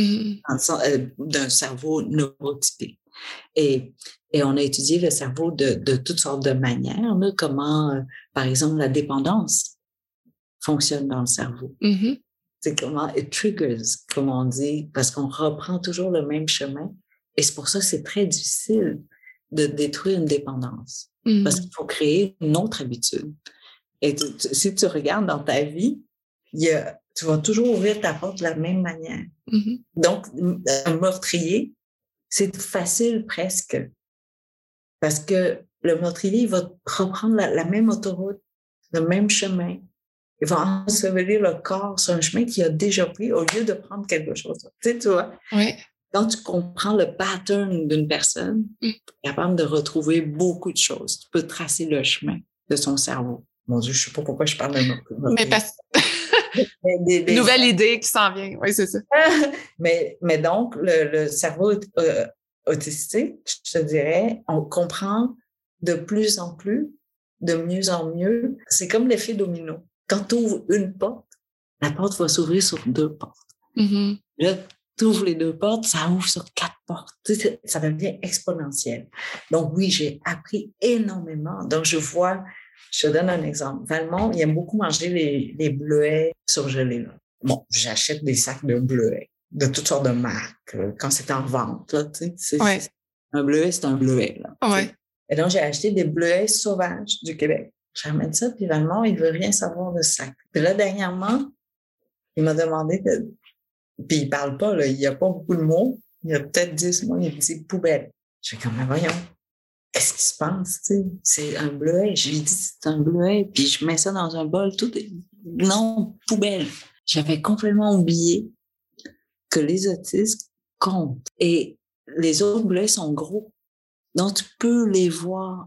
d'un cerveau neurotypique. Et on a étudié le cerveau de toutes sortes de manières, là, comment, par exemple, la dépendance fonctionne dans le cerveau. C'est comment it triggers, comme on dit, parce qu'on reprend toujours le même chemin. Et c'est pour ça que c'est très difficile de détruire une dépendance. Parce qu'il faut créer une autre habitude. Et si tu regardes dans ta vie, tu vas toujours ouvrir ta porte de la même manière. Donc, un meurtrier, c'est facile presque. Parce que le meurtrier, il va reprendre la même autoroute, le même chemin. Il va ensevelir le corps sur un chemin qu'il a déjà pris au lieu de prendre quelque chose. Tu vois? Quand tu comprends le pattern d'une personne, tu es capable de retrouver beaucoup de choses. Tu peux tracer le chemin de son cerveau. Mon Dieu, je ne sais pas pourquoi je parle de mais nouvelle idée qui s'en vient. Oui, c'est ça. mais donc, le cerveau autistique, je te dirais, on comprend de plus en plus, de mieux en mieux. C'est comme l'effet domino. Quand tu ouvres une porte, la porte va s'ouvrir sur 2 portes. Là, tu ouvres les 2 portes, ça ouvre sur 4 portes. Ça devient exponentiel. Donc oui, j'ai appris énormément. Donc je te donne un exemple. Valmont, il aime beaucoup manger les bleuets surgelés. Là. Bon, j'achète des sacs de bleuets. de toutes sortes de marques, quand c'est en vente, là, tu sais. Ouais. Un bleuet, c'est un bleuet, là. Ouais. Et donc, j'ai acheté des bleuets sauvages du Québec. Je ramène ça, puis Valmont, il veut rien savoir de ça. Puis là, dernièrement, il m'a demandé puis il parle pas, là, il y a pas beaucoup de mots. Il y a peut-être 10 mots, il me dit poubelle. Je fais comme, mais voyons, qu'est-ce qui se passe, tu sais? C'est un bleuet. Je lui dis, c'est un bleuet. Puis je mets ça dans un bol, non, poubelle. J'avais complètement oublié que les autistes comptent. Et les autres bleuets sont gros. Donc, tu peux les voir.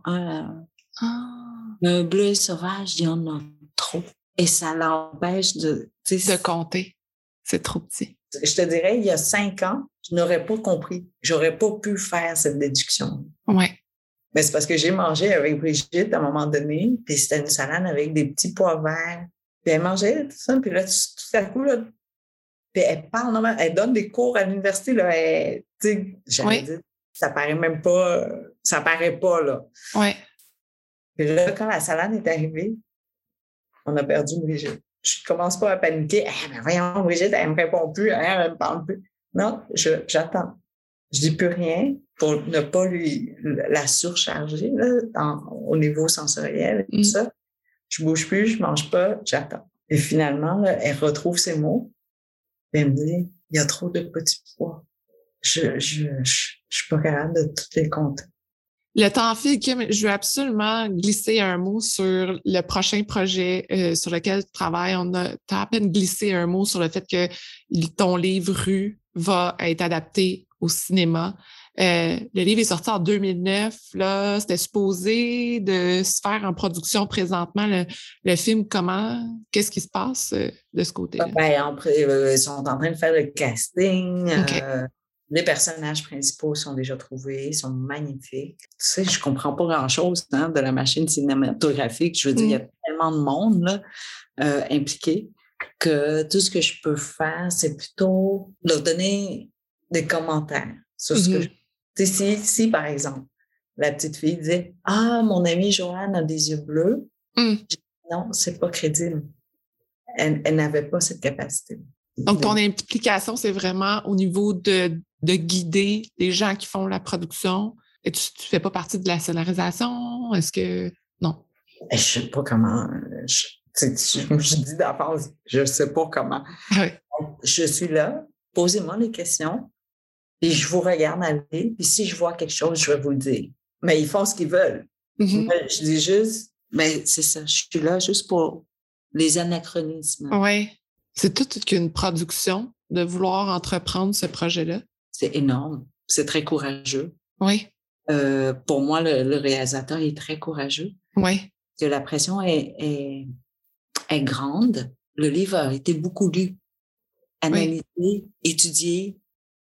Un bleuet sauvage, il y en a trop. Et ça l'empêche de compter. C'est trop petit. Je te dirais, il y a 5 ans, je n'aurais pas compris. J'aurais pas pu faire cette déduction. Ouais. Mais c'est parce que j'ai mangé avec Brigitte à un moment donné, puis c'était une salade avec des petits pois verts. Puis elle mangeait tout ça, puis là, tout à coup, là, puis elle parle normalement, elle donne des cours à l'université, là, j'allais dire, ça paraît même pas, ça paraît pas, là. Ouais. Puis là, quand la salade est arrivée, on a perdu Brigitte. Je commence pas à paniquer. Mais voyons, Brigitte, elle me répond plus, elle me parle plus. Non, j'attends. Je dis plus rien pour ne pas la surcharger, là, au niveau sensoriel et tout ça. Je bouge plus, je mange pas, j'attends. Et finalement, là, elle retrouve ses mots. Et elle me dit, il y a trop de petits pois. Je suis pas capable de toutes les compter. Le temps file, Kim, je veux absolument glisser un mot sur le prochain projet sur lequel tu travailles. T'as à peine glissé un mot sur le fait que ton livre Rue va être adapté au cinéma. Le livre est sorti en 2009. Là, c'était supposé de se faire en production présentement. Le film, qu'est-ce qui se passe de ce côté-là? Ils sont en train de faire le casting. Okay. Les personnages principaux sont déjà trouvés, sont magnifiques. Tu sais, je comprends pas grand-chose de la machine cinématographique. Je veux dire, il y a tellement de monde là, impliqué que tout ce que je peux faire, c'est plutôt leur donner des commentaires sur ce que je... Tu sais, si, par exemple, la petite fille disait « Ah, mon amie Joanne a des yeux bleus. » Non, c'est pas crédible. Elle n'avait pas cette capacité. Donc, ton implication, c'est vraiment au niveau de guider les gens qui font la production. Et tu fais pas partie de la scénarisation? Est-ce que... Non. Je sais pas comment... Je dis d'avance, je sais pas comment. Ouais. Je suis là, posez-moi des questions, puis je vous regarde aller, puis si je vois quelque chose, je vais vous le dire. Mais ils font ce qu'ils veulent. Mais je dis juste, mais c'est ça, je suis là juste pour les anachronismes. Oui. C'est toute une production de vouloir entreprendre ce projet-là. C'est énorme. C'est très courageux. Oui. Pour moi, le réalisateur est très courageux. Oui. Parce que la pression est grande. Le livre a été beaucoup lu, analysé, étudié.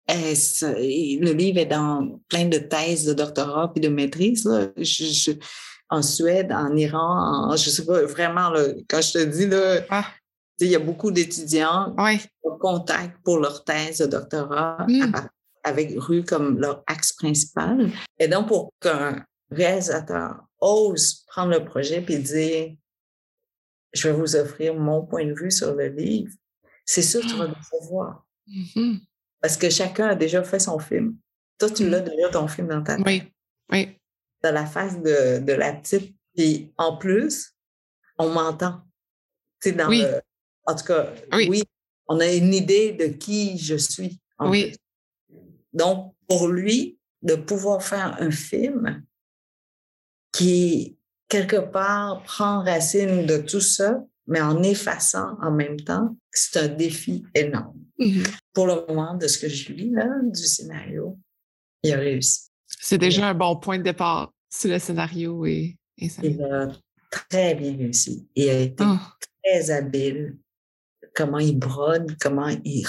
Le livre est dans plein de thèses de doctorat puis de maîtrise. Là. En Suède, en Iran, je sais pas, vraiment, là, quand je te dis, là, il y a beaucoup d'étudiants au contact pour leur thèse de doctorat avec Rue comme leur axe principal. Et donc, pour qu'un réalisateur ose prendre le projet puis dire « Je vais vous offrir mon point de vue sur le livre », c'est sûr que tu vas le savoir. Parce que chacun a déjà fait son film. Toi, tu l'as déjà ton film dans ta tête. Oui, oui. Dans la face de la petite. Puis en plus, on m'entend. Tu sais, dans le... En tout cas, oui, on a une idée de qui je suis. En plus. Donc, pour lui, de pouvoir faire un film qui, quelque part, prend racine de tout ça, mais en effaçant en même temps, c'est un défi énorme. Pour le moment, de ce que je lis là, du scénario, il a réussi. C'est déjà un bon point de départ si le scénario est il a très bien réussi. Il a été très habile. Comment il brode, comment il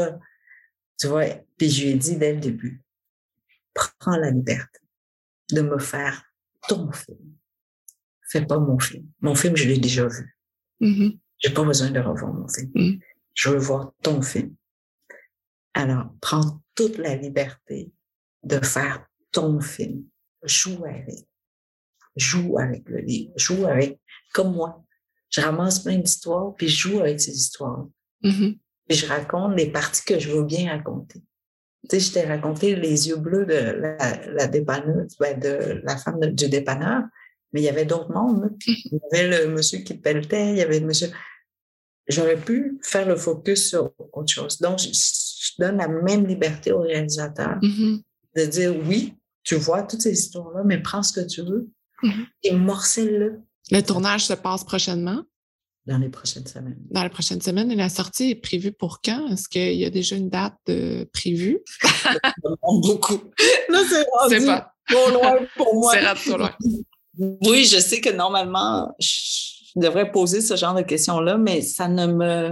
Tu vois, puis je lui ai dit dès le début, prends la liberté de me faire ton film. Fais pas mon film. Mon film, je l'ai déjà vu. J'ai pas besoin de revoir mon film. Je veux voir ton film. Alors, prends toute la liberté de faire ton film. Joue avec le livre. Joue avec, comme moi. Je ramasse plein d'histoires, puis je joue avec ces histoires. puis je raconte les parties que je veux bien raconter. Tu sais, je t'ai raconté les yeux bleus de la dépanneuse, de la femme du dépanneur, mais il y avait d'autres mondes. Là. Il y avait le monsieur qui pelletait, il y avait le monsieur... J'aurais pu faire le focus sur autre chose. Donc, je donne la même liberté au réalisateur de dire, oui, tu vois toutes ces histoires-là, mais prends ce que tu veux et morcelle-le. Le tournage se passe prochainement? Dans les prochaines semaines. Dans les prochaines semaines. Et la sortie est prévue pour quand? Est-ce qu'il y a déjà une date prévue? Ça demande beaucoup. Là, c'est rendu trop loin pour moi. C'est rendu trop loin. Oui, je sais que normalement, je devrais poser ce genre de questions-là, mais ça ne me...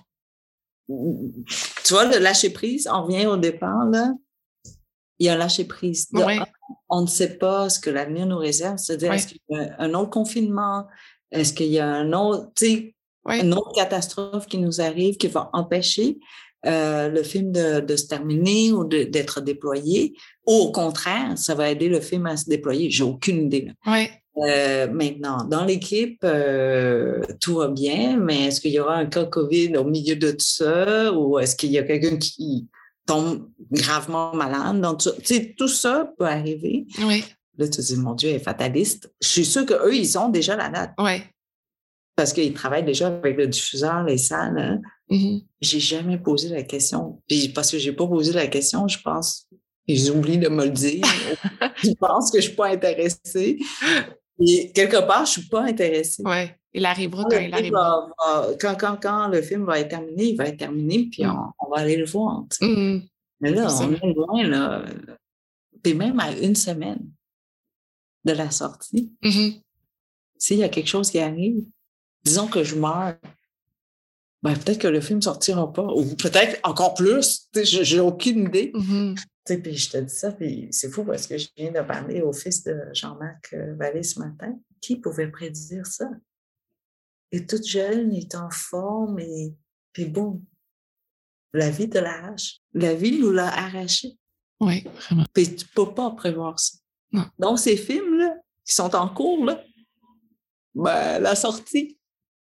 Non. Tu vois, le lâcher-prise, on revient au départ, là. Il y a un lâcher-prise. On ne sait pas ce que l'avenir nous réserve. C'est-à-dire, est-ce qu'il y a un autre confinement? Est-ce qu'il y a un autre, une autre catastrophe qui nous arrive qui va empêcher le film de se terminer ou d'être déployé? Ou au contraire, ça va aider le film à se déployer? J'ai aucune idée. Oui. Maintenant, dans l'équipe, tout va bien, mais est-ce qu'il y aura un cas COVID au milieu de tout ça? Ou est-ce qu'il y a quelqu'un qui tombe gravement malade? Donc, tout ça peut arriver. Oui. Là, tu te dis, mon Dieu, elle est fataliste. Je suis sûre qu'eux, ils ont déjà la date. Oui. Parce qu'ils travaillent déjà avec le diffuseur, les salles. Hein. J'ai jamais posé la question. Puis parce que j'ai pas posé la question, je pense qu'ils oublient de me le dire. Ils pensent que je suis pas intéressée. Et quelque part, je suis pas intéressée. Oui. Il arrivera quand il arrivera. Quand le film va être terminé, il va être terminé, puis on va aller le voir. Mais là, on est loin, là. Puis même à une semaine de la sortie, s'il y a quelque chose qui arrive, disons que je meurs, ben peut-être que le film ne sortira pas, ou peut-être encore plus, j'ai aucune idée. Puis je te dis ça, puis c'est fou parce que je viens de parler au fils de Jean-Marc Vallée ce matin. Qui pouvait prédire ça? Il est toute jeune, il est en forme, et puis boum, la vie te l'arrache. La vie nous l'a arraché. Oui, vraiment. Puis tu ne peux pas prévoir ça. Non. Donc, ces films-là, qui sont en cours, là, ben, la sortie.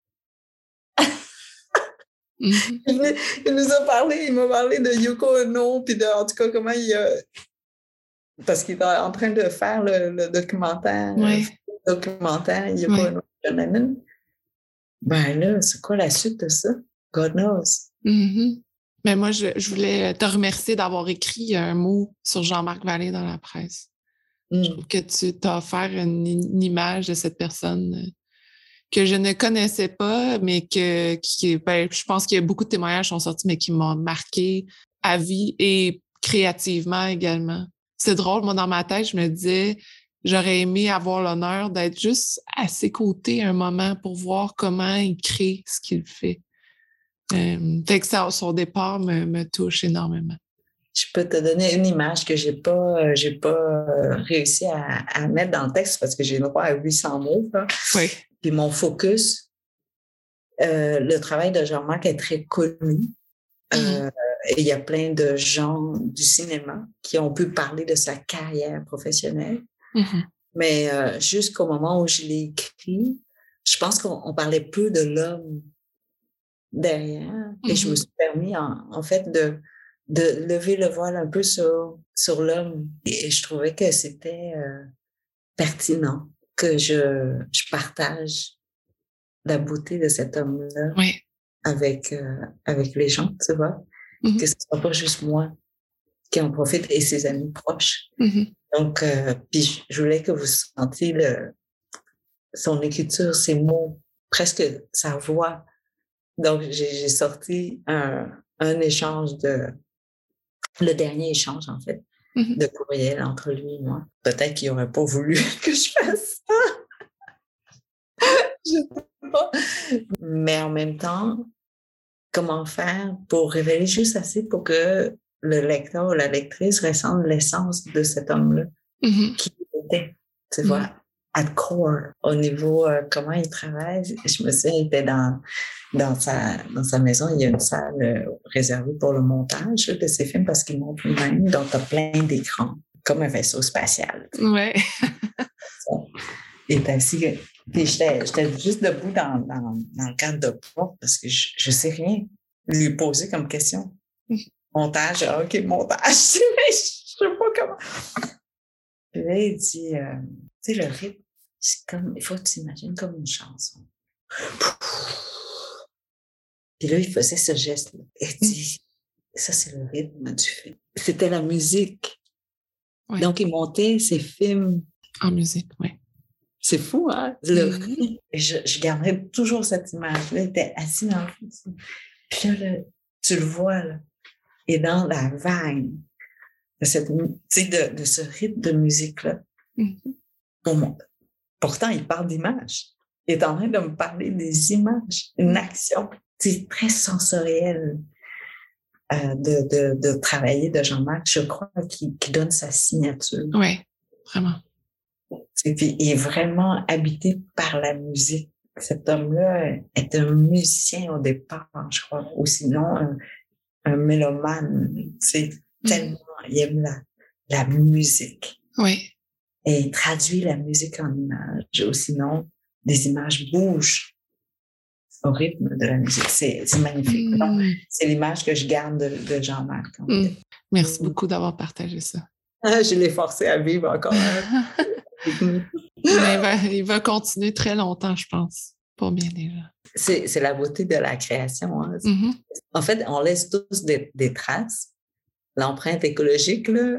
Il nous a parlé, il m'a parlé de Yoko Ono, puis en tout cas, comment il a... Parce qu'il est en train de faire le documentaire. Le documentaire Yoko Ono. Ben là, c'est quoi la suite de ça? God knows. Mais moi, je voulais te remercier d'avoir écrit un mot sur Jean-Marc Vallée dans la presse. Je trouve que tu t'as offert une image de cette personne que je ne connaissais pas, mais je pense qu'il y a beaucoup de témoignages qui sont sortis, mais qui m'ont marqué à vie et créativement également. C'est drôle, moi, dans ma tête, je me disais, j'aurais aimé avoir l'honneur d'être juste à ses côtés un moment pour voir comment il crée ce qu'il fait. Fait que son départ me touche énormément. Je peux te donner une image que j'ai pas réussi à mettre dans le texte parce que j'ai le droit à 800 mots. Là. Oui. Puis mon focus, le travail de Jean-Marc est très connu. Et il y a plein de gens du cinéma qui ont pu parler de sa carrière professionnelle. Mais jusqu'au moment où je l'ai écrit, je pense qu'on parlait peu de l'homme derrière. Et je me suis permis, en fait, de lever le voile un peu sur l'homme. Et je trouvais que c'était pertinent que je partage la beauté de cet homme-là avec les gens, tu vois. Que ce soit pas juste moi qui en profite et ses amis proches. Donc, puis je voulais que vous sentiez son écriture, ses mots, presque sa voix. Donc, j'ai sorti un échange le dernier échange, en fait, de courriel entre lui et moi. Peut-être qu'il n'aurait pas voulu que je fasse ça. Je ne sais pas. Mais en même temps, comment faire pour révéler juste assez pour que le lecteur ou la lectrice ressente l'essence de cet homme-là qui était, tu vois, at core, au niveau comment il travaille. Je me souviens, il était dans sa maison, il y a une salle réservée pour le montage de ses films parce qu'il monte lui-même, donc tu as plein d'écrans, comme un vaisseau spatial. Ouais. Il est assis, puis j'étais juste debout dans le cadre de porte parce que je sais rien. lui poser comme question. Montage, OK, montage. Je sais pas comment. Puis là, il dit, tu sais, le rythme, c'est comme, il faut que tu imagines comme une chanson. Puis là, il faisait ce geste-là. Et il dit, ça, c'est le rythme du film. C'était la musique. Ouais. Donc, il montait ses films. En musique, oui. C'est fou, hein? Et je garderai toujours cette image-là. Il était assis dans le film. Puis là, tu le vois, là. Et dans la vague de ce rythme de musique-là. Pourtant, il parle d'images. Il est en train de me parler des images, une action. C'est très sensoriel de travailler de Jean-Marc, je crois, qui donne sa signature. Oui, vraiment. Et puis, il est vraiment habité par la musique. Cet homme-là est un musicien au départ, je crois, ou sinon un mélomane. Tellement, il aime la musique. Oui. Et il traduit la musique en images, ou sinon, des images bougent au rythme de la musique. C'est magnifique. Donc, c'est l'image que je garde de Jean-Marc. Merci beaucoup d'avoir partagé ça. Je l'ai forcé à vivre encore. Mais il va continuer très longtemps, je pense. Pas bien déjà. C'est la beauté de la création. Hein. En fait, on laisse tous des traces. L'empreinte écologique, là.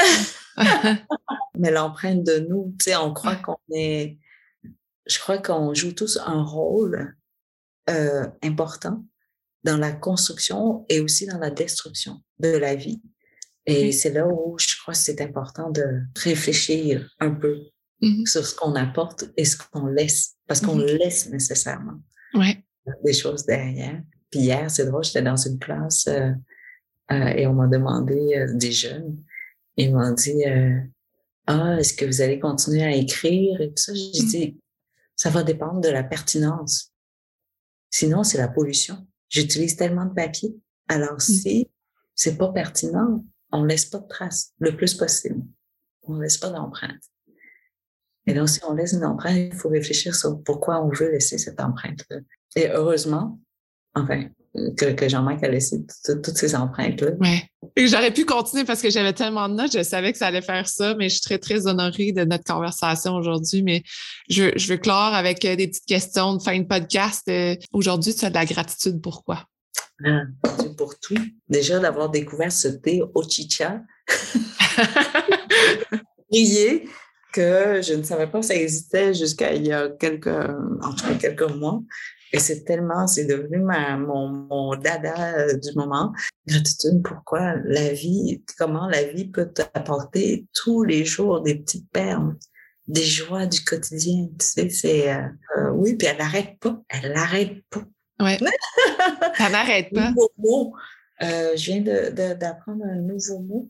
Mais l'empreinte de nous, tu sais, on croit qu'on est... Je crois qu'on joue tous un rôle important dans la construction et aussi dans la destruction de la vie. Et c'est là où je crois que c'est important de réfléchir un peu sur ce qu'on apporte et ce qu'on laisse, parce qu'on laisse nécessairement des choses derrière. Puis hier, c'est drôle, j'étais dans une classe et on m'a demandé, des jeunes, ils m'ont dit est-ce que vous allez continuer à écrire et tout ça? J'ai dit, ça va dépendre de la pertinence. Sinon, c'est la pollution. J'utilise tellement de papier. Alors, si c'est pas pertinent, on laisse pas de traces le plus possible. On laisse pas d'empreinte. Et donc, si on laisse une empreinte, il faut réfléchir sur pourquoi on veut laisser cette empreinte-là. Et heureusement, enfin, que Jean-Marc a laissé toutes ces empreintes-là. Oui. Et j'aurais pu continuer parce que j'avais tellement de notes, je savais que ça allait faire ça, mais je suis très, très honorée de notre conversation aujourd'hui. Mais je veux clore avec des petites questions de fin de podcast. Aujourd'hui, tu as de la gratitude. Pourquoi? Pour tout. Déjà, d'avoir découvert ce thé Ochicha. Prier que je ne savais pas que ça existait jusqu'à il y a quelques mois. Et c'est devenu mon dada du moment. Gratitude, pourquoi comment la vie peut t'apporter tous les jours des petites perles, des joies du quotidien. Tu sais, oui, puis elle n'arrête pas. Ouais. Ça n'arrête pas. Nouveau mot. Je viens d'apprendre un nouveau mot,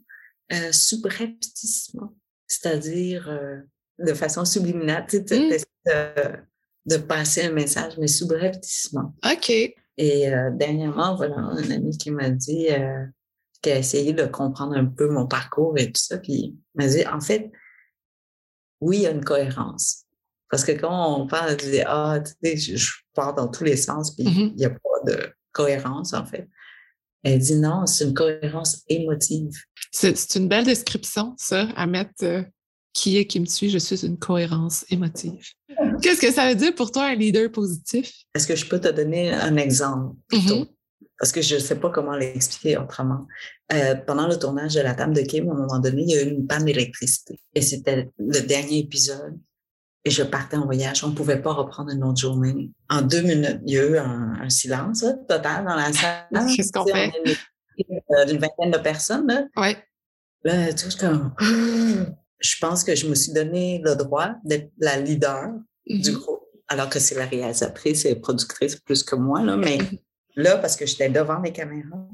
subrepticement, c'est-à-dire de façon subliminale, tu sais, de passer un message, mais subrepticement. OK. Et dernièrement, voilà, un ami qui m'a dit, qui a essayé de comprendre un peu mon parcours et tout ça, puis il m'a dit, en fait, oui, il y a une cohérence. Parce que quand on parle, tu sais, je pars dans tous les sens, puis il n'y a pas de cohérence, en fait. Elle dit non, c'est une cohérence émotive. C'est une belle description, ça, à mettre qui me suit, je suis une cohérence émotive. Qu'est-ce que ça veut dire pour toi, un leader positif? Est-ce que je peux te donner un exemple plutôt? Parce que je ne sais pas comment l'expliquer autrement. Pendant le tournage de La Table de Kim, à un moment donné, il y a eu une panne d'électricité. Et c'était le dernier épisode. Et je partais en voyage. On ne pouvait pas reprendre une autre journée. En 2 minutes, il y a eu un silence total dans la salle. Qu'est-ce qu'on fait? On est une vingtaine de personnes. Là. Ouais. Là, tout comme... Je pense que je me suis donné le droit d'être la leader du groupe, alors que c'est la réalisatrice et productrice plus que moi. Là, mais là, parce que j'étais devant les caméras,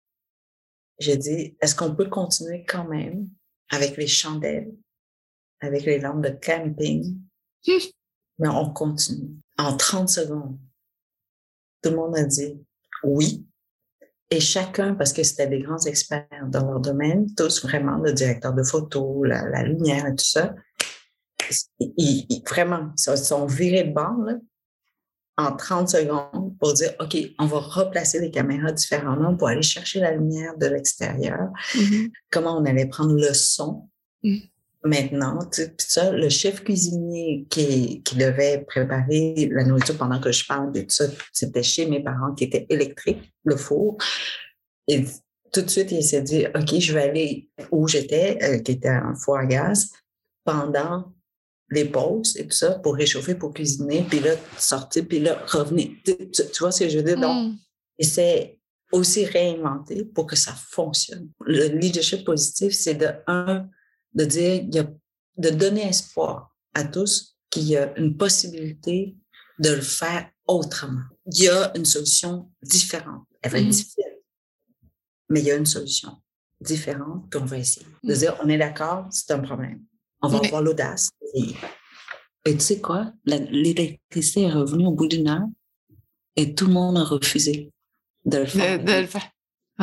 j'ai dit, est-ce qu'on peut continuer quand même avec les chandelles, avec les lampes de camping? Mais on continue. En 30 secondes, tout le monde a dit oui. Et chacun, parce que c'était des grands experts dans leur domaine, tous vraiment, le directeur de photo, la lumière et tout ça, vraiment, ils sont virés de bord, là. en 30 secondes pour dire, OK, on va replacer les caméras différemment pour aller chercher la lumière de l'extérieur. Comment on allait prendre le son. Maintenant, puis ça, le chef cuisinier qui devait préparer la nourriture pendant que je parle de tout ça, c'était chez mes parents qui étaient électriques, le four. Et tout de suite, il s'est dit, OK, je vais aller où j'étais, qui était un four à gaz, pendant les pauses et tout ça, pour réchauffer, pour cuisiner, puis là, sortir, puis là, revenir. Tu vois ce que je veux dire? Donc, et c'est aussi réinventer pour que ça fonctionne. Le leadership positif, c'est de dire, de donner espoir à tous qu'il y a une possibilité de le faire autrement. Il y a une solution différente. Elle va être difficile, mais il y a une solution différente qu'on va essayer. De dire, on est d'accord, c'est un problème. On va avoir l'audace. Et tu sais quoi? L'électricité est revenue au bout d'une heure et tout le monde a refusé de le faire. De le faire.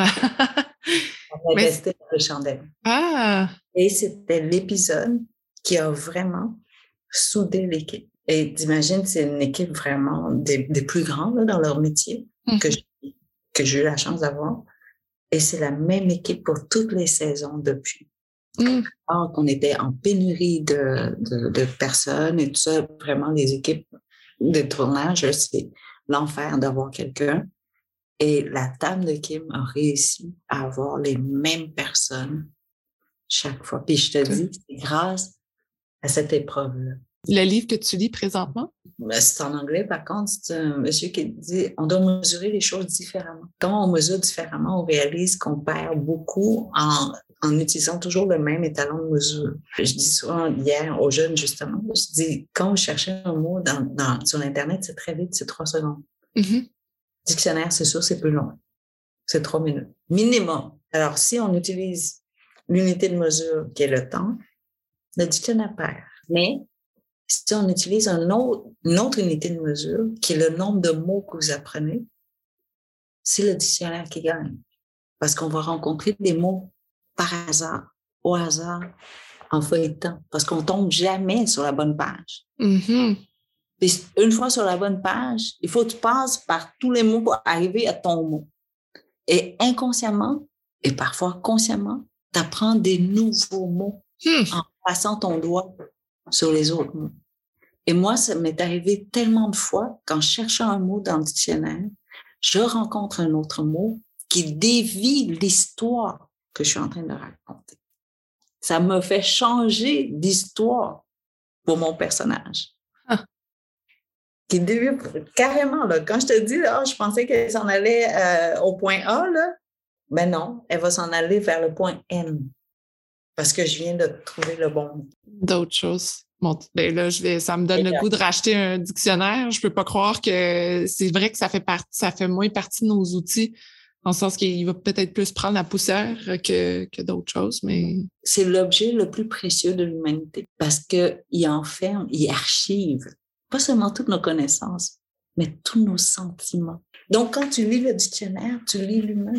On est resté dans le chandelle. Et c'était l'épisode qui a vraiment soudé l'équipe. Et t'imagines, c'est une équipe vraiment des plus grands là, dans leur métier que j'ai eu la chance d'avoir. Et c'est la même équipe pour toutes les saisons depuis. Alors qu'on était en pénurie de personnes et tout ça, vraiment les équipes de tournage, c'est l'enfer d'avoir quelqu'un. Et la table de Kim a réussi à avoir les mêmes personnes chaque fois. Puis je te dis, c'est grâce à cette épreuve-là. Le livre que tu lis présentement? C'est en anglais, par contre, c'est un monsieur qui dit on doit mesurer les choses différemment. Quand on mesure différemment, on réalise qu'on perd beaucoup en utilisant toujours le même étalon de mesure. Je dis souvent hier aux jeunes, justement, je dis quand vous cherchez un mot sur Internet, c'est très vite, c'est 3 secondes. Dictionnaire, c'est sûr, c'est plus long. C'est 3 minutes. Minimum. Alors, si on utilise l'unité de mesure qui est le temps, le dictionnaire perd. Mais si on utilise une autre unité de mesure, qui est le nombre de mots que vous apprenez, c'est le dictionnaire qui gagne. Parce qu'on va rencontrer des mots par hasard, au hasard, en feuilletant. Parce qu'on tombe jamais sur la bonne page. Puis une fois sur la bonne page, il faut que tu passes par tous les mots pour arriver à ton mot. Et inconsciemment, et parfois consciemment, tu apprends des nouveaux mots en passant ton doigt sur les autres mots. Et moi, ça m'est arrivé tellement de fois, quand je cherchais un mot dans le dictionnaire, je rencontre un autre mot qui dévie l'histoire que je suis en train de raconter. Ça me fait changer d'histoire pour mon personnage. Qui dévie carrément, là. Quand je te dis, je pensais qu'elle s'en allait au point A, là, ben non, elle va s'en aller vers le point N. Parce que je viens de trouver le bon mot. D'autres choses. Bon, ben là, ça me donne le goût de racheter un dictionnaire. Je peux pas croire que c'est vrai que ça fait moins partie de nos outils, dans le sens qu'il va peut-être plus prendre la poussière que d'autres choses, mais... C'est l'objet le plus précieux de l'humanité parce qu'il enferme, il archive pas seulement toutes nos connaissances, mais tous nos sentiments. Donc, quand tu lis le dictionnaire, tu lis l'humain.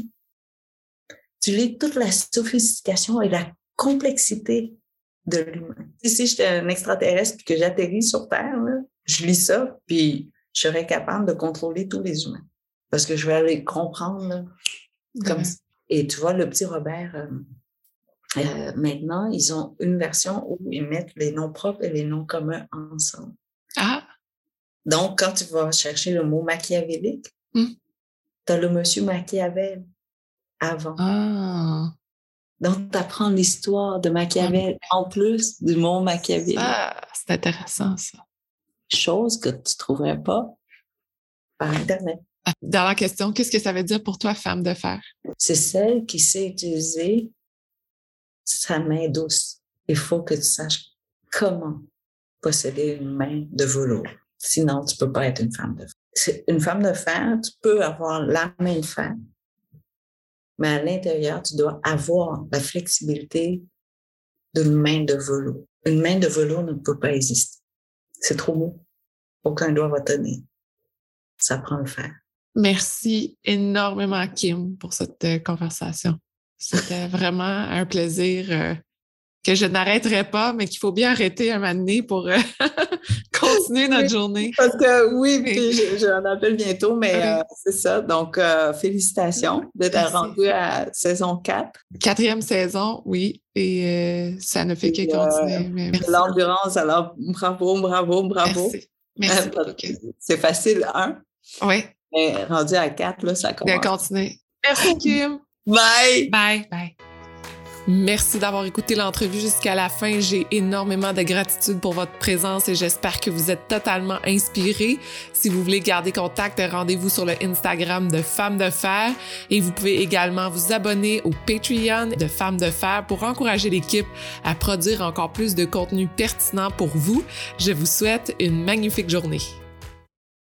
Tu lis toute la sophistication et la complexité de l'humain. Si j'étais un extraterrestre et que j'atterris sur Terre, là, je lis ça, puis je serais capable de contrôler tous les humains. Parce que je vais aller comprendre là, comme ça. Et tu vois, le petit Robert, maintenant, ils ont une version où ils mettent les noms propres et les noms communs ensemble. Donc, quand tu vas chercher le mot machiavélique, tu as le monsieur Machiavel avant. Donc, tu apprends l'histoire de Machiavel en plus du mot Machiavel. C'est intéressant, ça. Chose que tu ne trouverais pas par Internet. Dernière question, qu'est-ce que ça veut dire pour toi, femme de fer? C'est celle qui sait utiliser sa main douce. Il faut que tu saches comment posséder une main de velours. Sinon, tu ne peux pas être une femme de fer. Une femme de fer, tu peux avoir la main de fer, mais à l'intérieur, tu dois avoir la flexibilité d'une main de velours. Une main de velours ne peut pas exister. C'est trop beau. Aucun doigt va tenir. Ça prend le fer. Merci énormément, Kim, pour cette conversation. C'était vraiment un plaisir que je n'arrêterai pas, mais qu'il faut bien arrêter un moment donné pour continuer notre journée. Parce que oui, puis j'en appelle bientôt, mais c'est ça. Donc, félicitations d'être rendu à saison 4. 4e saison, oui. Et ça ne fait que continuer. Mais merci. L'endurance, alors bravo. Merci. C'est facile, 1. Oui. Mais rendu à 4, là, ça commence. De continuer. Merci, Kim. Bye! Bye. Merci d'avoir écouté l'entrevue jusqu'à la fin. J'ai énormément de gratitude pour votre présence et j'espère que vous êtes totalement inspirés. Si vous voulez garder contact, rendez-vous sur le Instagram de Femmes de Fer et vous pouvez également vous abonner au Patreon de Femmes de Fer pour encourager l'équipe à produire encore plus de contenu pertinent pour vous. Je vous souhaite une magnifique journée.